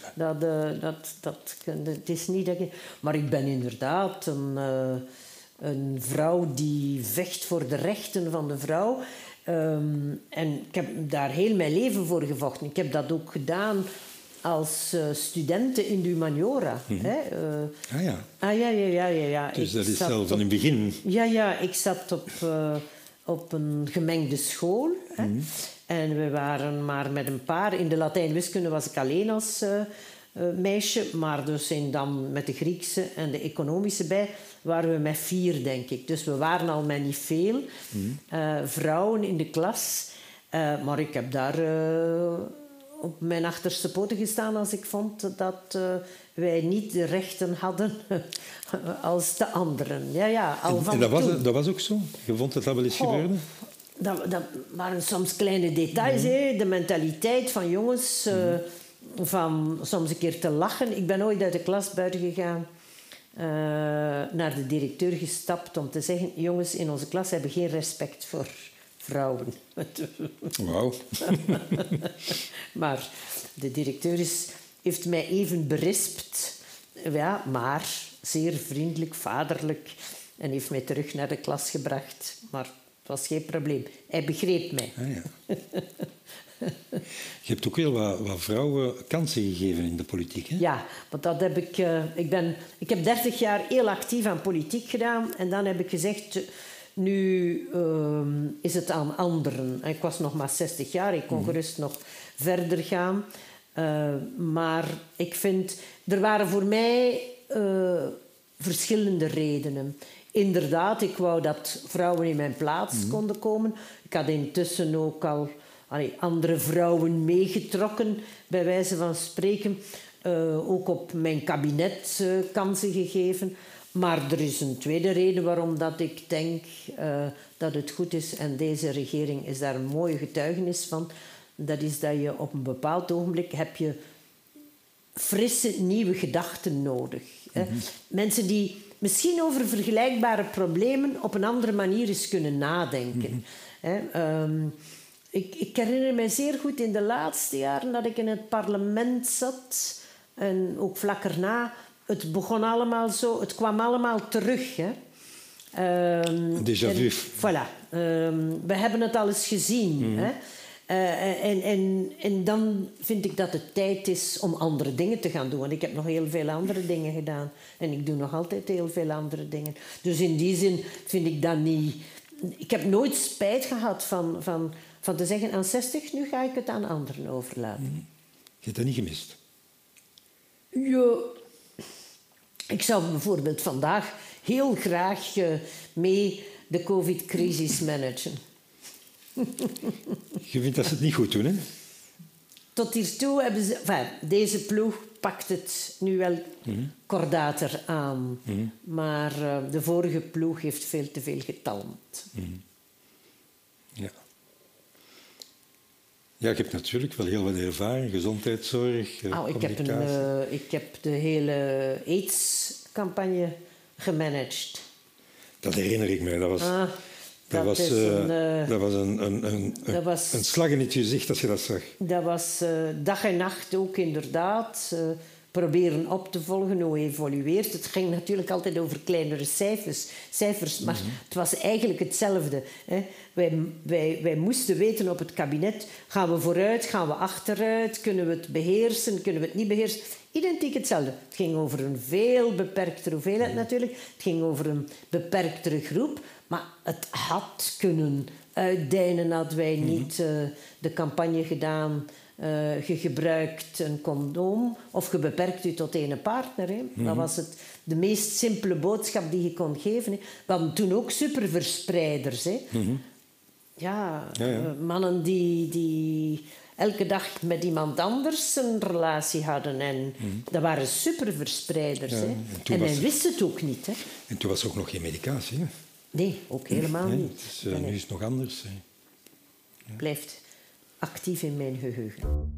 Het is niet dat maar ik ben inderdaad een vrouw die vecht voor de rechten van de vrouw. En ik heb daar heel mijn leven voor gevochten. Ik heb dat ook gedaan als studenten in de humaniora. Hè? Ja. Dus dat is al van in het begin? Ja, ik zat op een gemengde school. Hè? En we waren maar met een paar. In de Latijn-wiskunde was ik alleen als meisje. Maar dus dan met de Griekse en de economische bij waren we met 4, denk ik. Dus we waren al met niet veel vrouwen in de klas. Maar ik heb daar... op mijn achterste poten gestaan als ik vond dat wij niet de rechten hadden als de anderen. En dat was ook zo? Je vond dat wel eens gebeurde? Dat waren soms kleine details. De mentaliteit van jongens, van soms een keer te lachen. Ik ben ooit uit de klas buiten gegaan, naar de directeur gestapt om te zeggen... Jongens, in onze klas hebben geen respect voor... vrouwen. Wauw. Maar de directeur heeft mij even berispt. Ja, maar zeer vriendelijk, vaderlijk. En heeft mij terug naar de klas gebracht. Maar het was geen probleem. Hij begreep mij. Je hebt ook heel wat vrouwen kansen gegeven in de politiek, hè? Ja, want dat heb ik... Ik heb 30 jaar heel actief aan politiek gedaan. En dan heb ik gezegd... Nu is het aan anderen. Ik was nog maar 60 jaar. Ik kon gerust nog verder gaan. Maar ik vind... Er waren voor mij verschillende redenen. Inderdaad, ik wou dat vrouwen in mijn plaats konden komen. Ik had intussen ook al andere vrouwen meegetrokken, bij wijze van spreken. Ook op mijn kabinet kansen gegeven. Maar er is een tweede reden waarom dat ik denk dat het goed is. En deze regering is daar een mooie getuigenis van. Dat is dat je op een bepaald ogenblik heb je frisse, nieuwe gedachten nodig. Mensen die misschien over vergelijkbare problemen op een andere manier eens kunnen nadenken. Ik herinner me zeer goed in de laatste jaren dat ik in het parlement zat. En ook vlak erna. Het begon allemaal zo. Het kwam allemaal terug. Déjà vu. Voilà. We hebben het al eens gezien. En dan vind ik dat het tijd is om andere dingen te gaan doen. Want ik heb nog heel veel andere dingen gedaan. En ik doe nog altijd heel veel andere dingen. Dus in die zin vind ik dat niet... Ik heb nooit spijt gehad van te zeggen... aan 60, nu ga ik het aan anderen overlaten. Je hebt dat niet gemist? Ja... Ik zou bijvoorbeeld vandaag heel graag mee de COVID-crisis managen. Je vindt dat ze het niet goed doen, hè? Tot hiertoe hebben ze... deze ploeg pakt het nu wel kordater aan. Maar de vorige ploeg heeft veel te veel getalmd. Ja. Ja, je hebt natuurlijk wel heel wat ervaring, gezondheidszorg, communicatie. Ik heb de hele AIDS-campagne gemanaged. Dat herinner ik mij. Dat was een slag in het gezicht als je dat zag. Dat was dag en nacht ook inderdaad. Proberen op te volgen, hoe evolueert. Het ging natuurlijk altijd over kleinere cijfers, maar het was eigenlijk hetzelfde. Hè. Wij moesten weten op het kabinet, gaan we vooruit, gaan we achteruit, kunnen we het beheersen, kunnen we het niet beheersen. Identiek hetzelfde. Het ging over een veel beperktere hoeveelheid natuurlijk. Het ging over een beperktere groep, maar het had kunnen uitdijnen had wij niet de campagne gedaan... je gebruikt een condoom of je beperkt je tot één partner. Hè. Dat was de meest simpele boodschap die je kon geven. Hè. We hadden toen ook superverspreiders. Hè. Mannen die elke dag met iemand anders een relatie hadden. En dat waren superverspreiders. Hè. En men wist het ook niet. Hè. En toen was er ook nog geen medicatie. Hè? Nee, ook helemaal niet. Dus, nu is het nog anders. Hè. Blijft actief in mijn geheugen.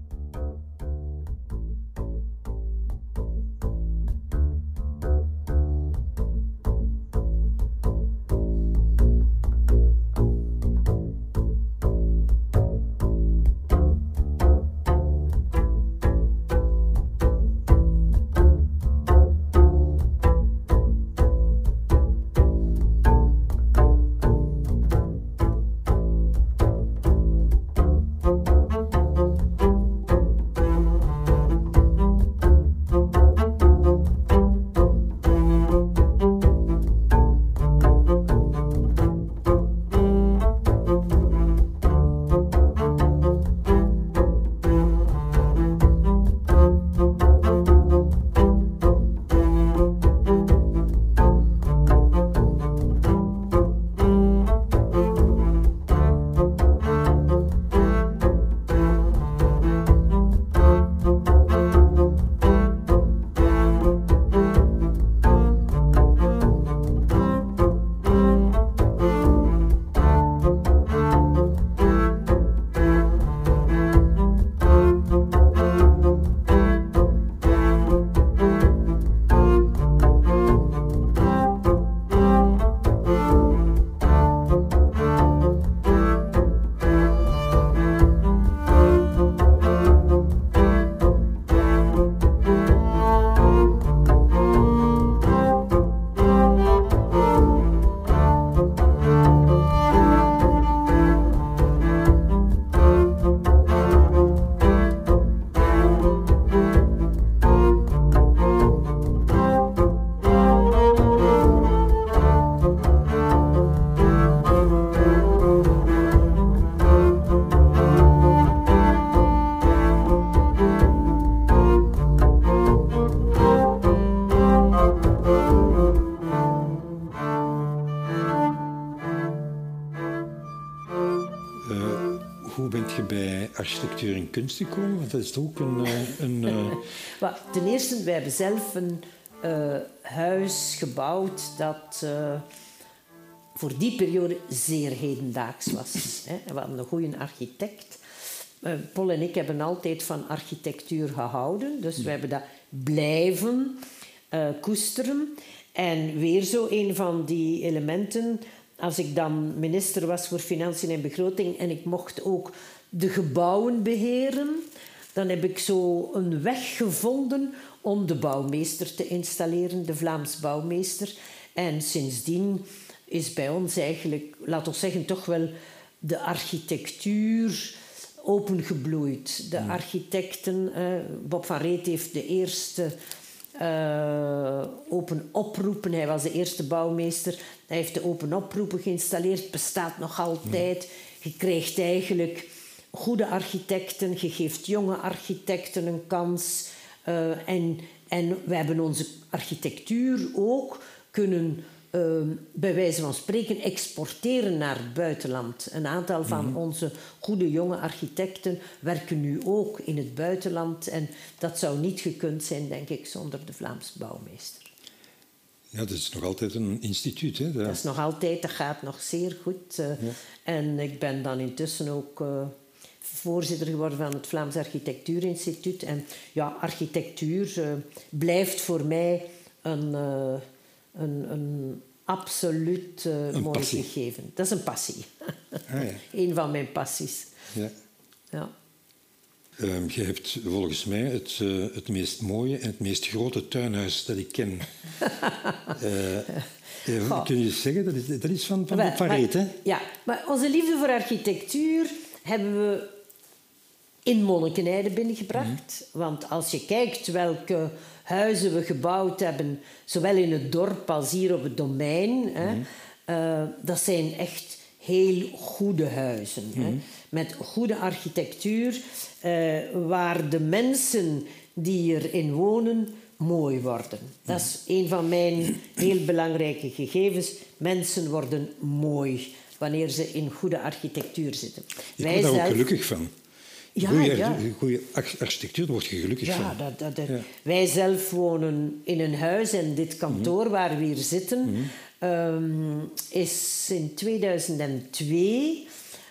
architectuur en kunst gekomen? Want dat is toch ook een Ten eerste, wij hebben zelf een huis gebouwd dat voor die periode zeer hedendaags was. Hè. We hadden een goede architect. Paul en ik hebben altijd van architectuur gehouden. Dus we hebben dat blijven koesteren. En weer zo een van die elementen. Als ik dan minister was voor Financiën en Begroting en ik mocht ook de gebouwen beheren, dan heb ik zo een weg gevonden om de bouwmeester te installeren, de Vlaams bouwmeester. En sindsdien is bij ons eigenlijk, laten we zeggen, toch wel de architectuur opengebloeid. De architecten, Bob van Reet heeft de eerste open oproepen. Hij was de eerste bouwmeester. Hij heeft de open oproepen geïnstalleerd. Het bestaat nog altijd. Je krijgt eigenlijk goede architecten. Je geeft jonge architecten een kans. En we hebben onze architectuur ook kunnen, bij wijze van spreken, exporteren naar het buitenland. Een aantal van onze goede jonge architecten werken nu ook in het buitenland. En dat zou niet gekund zijn, denk ik, zonder de Vlaamse bouwmeester. Ja, dat is nog altijd een instituut, hè? Dat is nog altijd, dat gaat nog zeer goed. Ja. En ik ben dan intussen ook voorzitter geworden van het Vlaams Architectuurinstituut. En ja, architectuur blijft voor mij een absoluut mooi passie. gegeven. Dat is een passie. Ah, ja. Een van mijn passies. Ja. Ja. Je hebt volgens mij het meest mooie en het meest grote tuinhuis dat ik ken. Kun je zeggen, dat is van Reet, hè? Ja, maar onze liefde voor architectuur hebben we in Monnikenheide binnengebracht. Want als je kijkt welke huizen we gebouwd hebben, zowel in het dorp als hier op het domein, dat zijn echt heel goede huizen. Hè, met goede architectuur, waar de mensen die erin wonen mooi worden. Dat is een van mijn heel belangrijke gegevens. Mensen worden mooi wanneer ze in goede architectuur zitten. Ik word daar ook gelukkig van. Goede architectuur, daar word je gelukkig van. Ja. Wij zelf wonen in een huis en dit kantoor waar we hier zitten is in 2002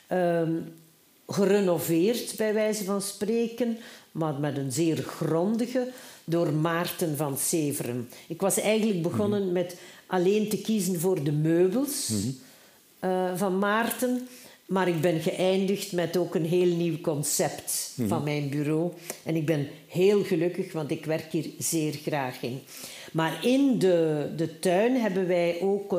gerenoveerd, bij wijze van spreken, maar met een zeer grondige, door Maarten van Severen. Ik was eigenlijk begonnen met alleen te kiezen voor de meubels van Maarten. Maar ik ben geëindigd met ook een heel nieuw concept van mijn bureau. En ik ben heel gelukkig, want ik werk hier zeer graag in. Maar in de tuin hebben wij ook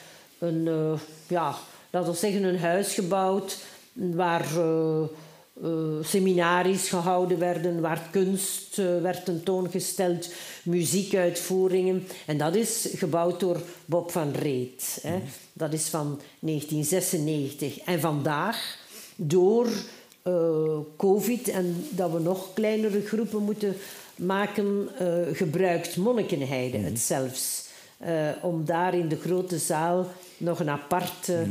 laten we zeggen, een huis gebouwd waar seminaries gehouden werden, waar kunst werd tentoongesteld, muziekuitvoeringen. En dat is gebouwd door Bob van Reet. Hè. Dat is van 1996. En vandaag, door COVID en dat we nog kleinere groepen moeten maken, gebruikt Monnikenheide het zelfs. Om daar in de grote zaal nog een aparte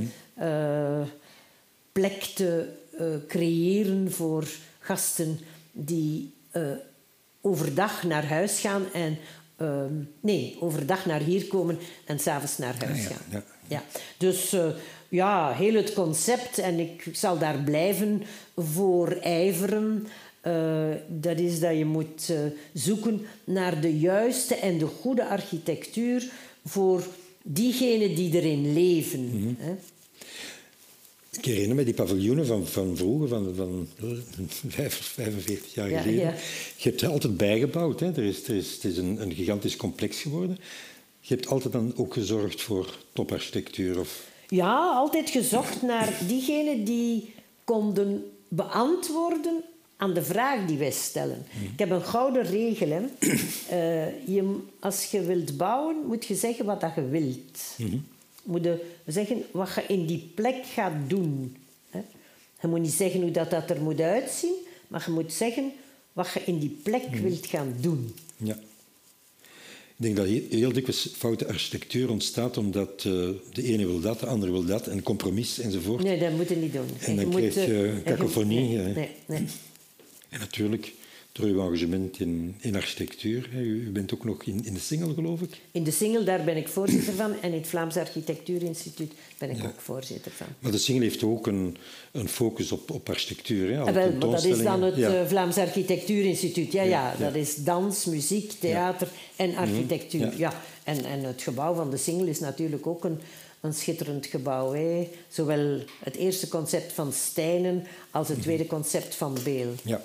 plek te creëren voor gasten die overdag naar huis gaan en overdag naar hier komen en 's avonds naar huis gaan. Ja. Dus heel het concept, en ik zal daar blijven voor ijveren, dat is dat je moet zoeken naar de juiste en de goede architectuur voor diegenen die erin leven. Hè. Ik herinner me die paviljoenen van vroeger, van 45 jaar geleden. Ja. Je hebt er altijd bijgebouwd. Hè. Het is een gigantisch complex geworden. Je hebt altijd dan ook gezorgd voor toparchitectuur? Of... Ja, altijd gezocht naar diegenen die konden beantwoorden aan de vraag die wij stellen. Ik heb een gouden regel. Hè. Als je wilt bouwen, moet je zeggen wat dat je wilt. Moet je zeggen wat je in die plek gaat doen. Je moet niet zeggen hoe dat er moet uitzien, maar je moet zeggen wat je in die plek wilt gaan doen. Ja. Ik denk dat heel dikwijls foute architectuur ontstaat omdat de ene wil dat, de ander wil dat, en compromis enzovoort. Nee, dat moet je niet doen. En dan krijg je cacophonie. Nee. En natuurlijk, door uw engagement in architectuur, u bent ook nog in de Singel, geloof ik. In de Singel, daar ben ik voorzitter van. En in het Vlaams Architectuurinstituut ben ik ook voorzitter van. Maar de Singel heeft ook een focus op architectuur. Hè? Wel, maar dat is dan het Vlaams Architectuurinstituut. Ja. Dat is dans, muziek, theater en architectuur. Ja. En het gebouw van de Singel is natuurlijk ook een schitterend gebouw. Hè. Zowel het eerste concept van Stijnen als het tweede concept van Beel. Ja.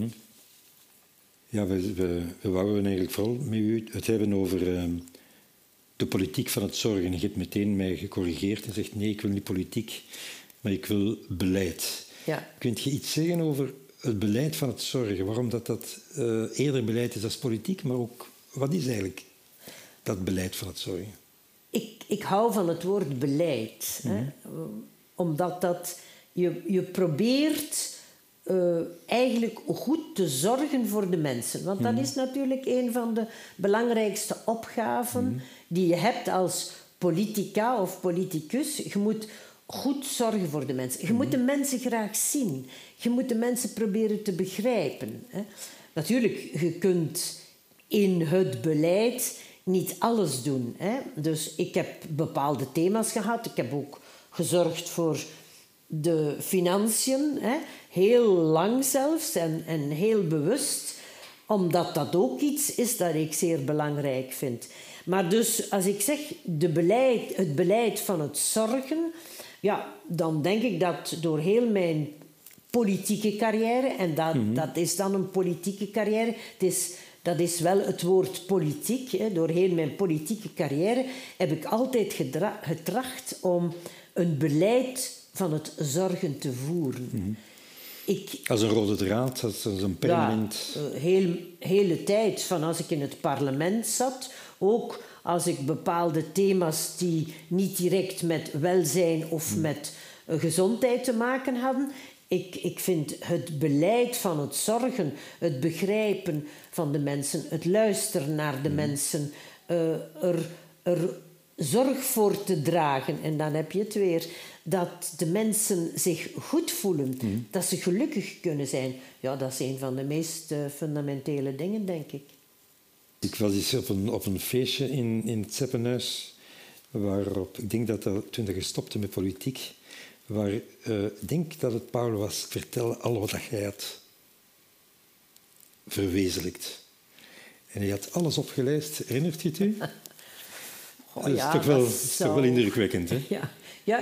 Ja, we wouden eigenlijk vooral met u het hebben over de politiek van het zorgen. Je hebt meteen mij gecorrigeerd en zegt nee, ik wil niet politiek, maar ik wil beleid. Ja. Kunt je iets zeggen over het beleid van het zorgen? Waarom dat eerder beleid is als politiek, maar ook wat is eigenlijk dat beleid van het zorgen? Ik hou van het woord beleid. Hè? Omdat je probeert eigenlijk goed te zorgen voor de mensen. Want dat is natuurlijk een van de belangrijkste opgaven die je hebt als politica of politicus. Je moet goed zorgen voor de mensen. Je moet de mensen graag zien. Je moet de mensen proberen te begrijpen. Hè. Natuurlijk, je kunt in het beleid niet alles doen. Hè. Dus ik heb bepaalde thema's gehad. Ik heb ook gezorgd voor de financiën, hè. Heel lang zelfs en heel bewust, omdat dat ook iets is dat ik zeer belangrijk vind. Maar dus, als ik zeg het beleid van het zorgen, ja, dan denk ik dat door heel mijn politieke carrière, en dat is dan een politieke carrière, dat is wel het woord politiek, hè. Door heel mijn politieke carrière heb ik altijd getracht om een beleid van het zorgen te voeren. Als een rode draad, als een permanent... Ja, hele tijd, van als ik in het parlement zat, ook als ik bepaalde thema's die niet direct met welzijn of met gezondheid te maken hadden. Ik vind het beleid van het zorgen, het begrijpen van de mensen, het luisteren naar de mensen, er zorg voor te dragen. En dan heb je het weer, dat de mensen zich goed voelen, dat ze gelukkig kunnen zijn. Ja, dat is een van de meest fundamentele dingen, denk ik. Ik was eens op een feestje in het Zeppenhuis, waarop, ik denk dat toen je stopte met politiek, waar ik denk dat het Paul was, vertel al wat jij had verwezenlijkt. En hij had alles opgelijst, herinnert je het u? Dat is toch wel indrukwekkend, hè? Ja,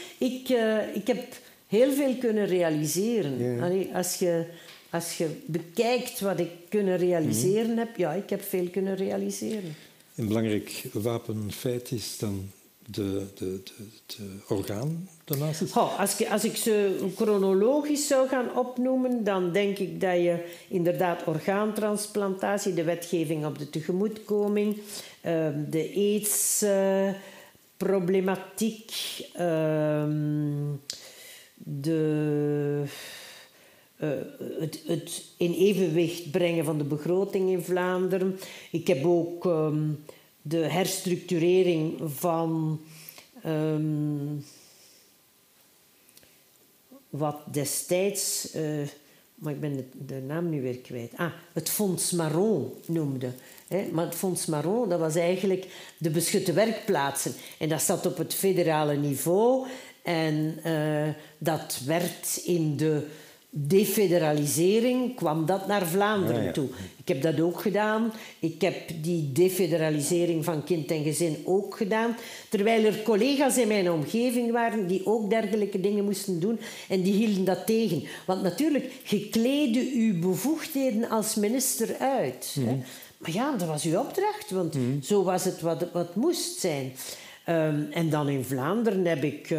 ik heb heel veel kunnen realiseren. Ja. Allee, als je bekijkt wat ik kunnen realiseren heb, ja, ik heb veel kunnen realiseren. Een belangrijk wapenfeit is dan het orgaandonaties? Als ik ze chronologisch zou gaan opnoemen, dan denk ik dat je inderdaad orgaantransplantatie, de wetgeving op de tegemoetkoming, de AIDS-problematiek, het in evenwicht brengen van de begroting in Vlaanderen. Ik heb ook de herstructurering van wat destijds, maar ik ben de naam nu weer kwijt. Het Fonds Marron noemde. Maar het Fonds Marron, dat was eigenlijk de beschutte werkplaatsen. En dat zat op het federale niveau. En dat werd in de defederalisering, kwam dat naar Vlaanderen toe. Ik heb dat ook gedaan. Ik heb die defederalisering van kind en gezin ook gedaan. Terwijl er collega's in mijn omgeving waren die ook dergelijke dingen moesten doen. En die hielden dat tegen. Want natuurlijk, je kleedde uw bevoegdheden als minister uit. Hè. Maar ja, dat was uw opdracht. Want zo was het wat moest zijn. En dan in Vlaanderen heb ik...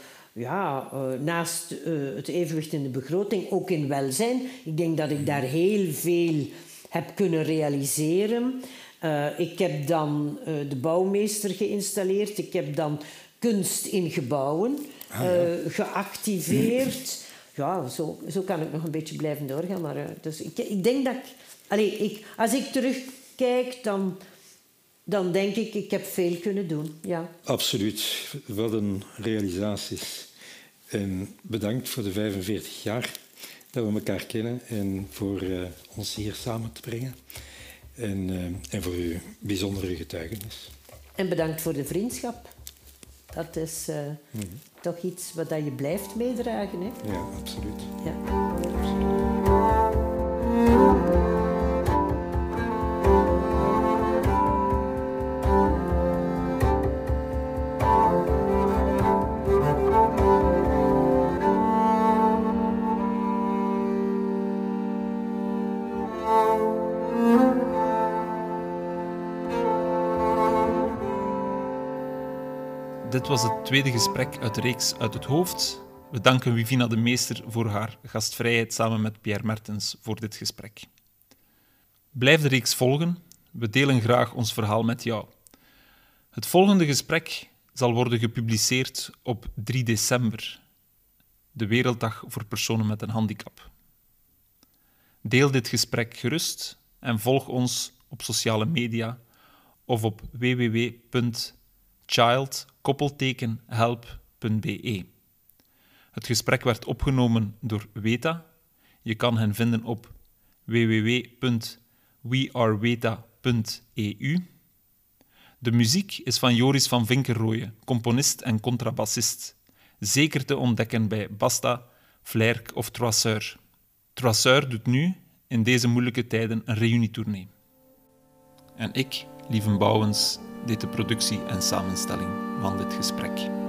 naast het evenwicht in de begroting, ook in welzijn. Ik denk dat ik daar heel veel heb kunnen realiseren. Ik heb dan de bouwmeester geïnstalleerd. Ik heb dan kunst in gebouwen geactiveerd. Ja, zo kan ik nog een beetje blijven doorgaan. Maar, dus ik denk dat als ik terugkijk, dan dan denk ik heb veel kunnen doen. Ja. Absoluut. Wat een realisaties. En bedankt voor de 45 jaar dat we elkaar kennen en voor ons hier samen te brengen. En voor uw bijzondere getuigenis. En bedankt voor de vriendschap. Dat is toch iets wat je blijft meedragen. Hè? Ja, absoluut. Ja. Dit was het tweede gesprek uit de reeks Uit het Hoofd. We danken Wivina de Meester voor haar gastvrijheid samen met Pierre Mertens voor dit gesprek. Blijf de reeks volgen. We delen graag ons verhaal met jou. Het volgende gesprek zal worden gepubliceerd op 3 december, de Werelddag voor personen met een handicap. Deel dit gesprek gerust en volg ons op sociale media of op www.child-help.be. Het gesprek werd opgenomen door Weta. Je kan hen vinden op www.weareweta.eu. De muziek is van Joris van Vinkerrooye, componist en contrabassist. Zeker te ontdekken bij Basta, Flerk of Troisseur. Troisseur doet nu, in deze moeilijke tijden, een reunietournee. En ik, Lieven Bouwens, deed de productie en samenstelling van dit gesprek.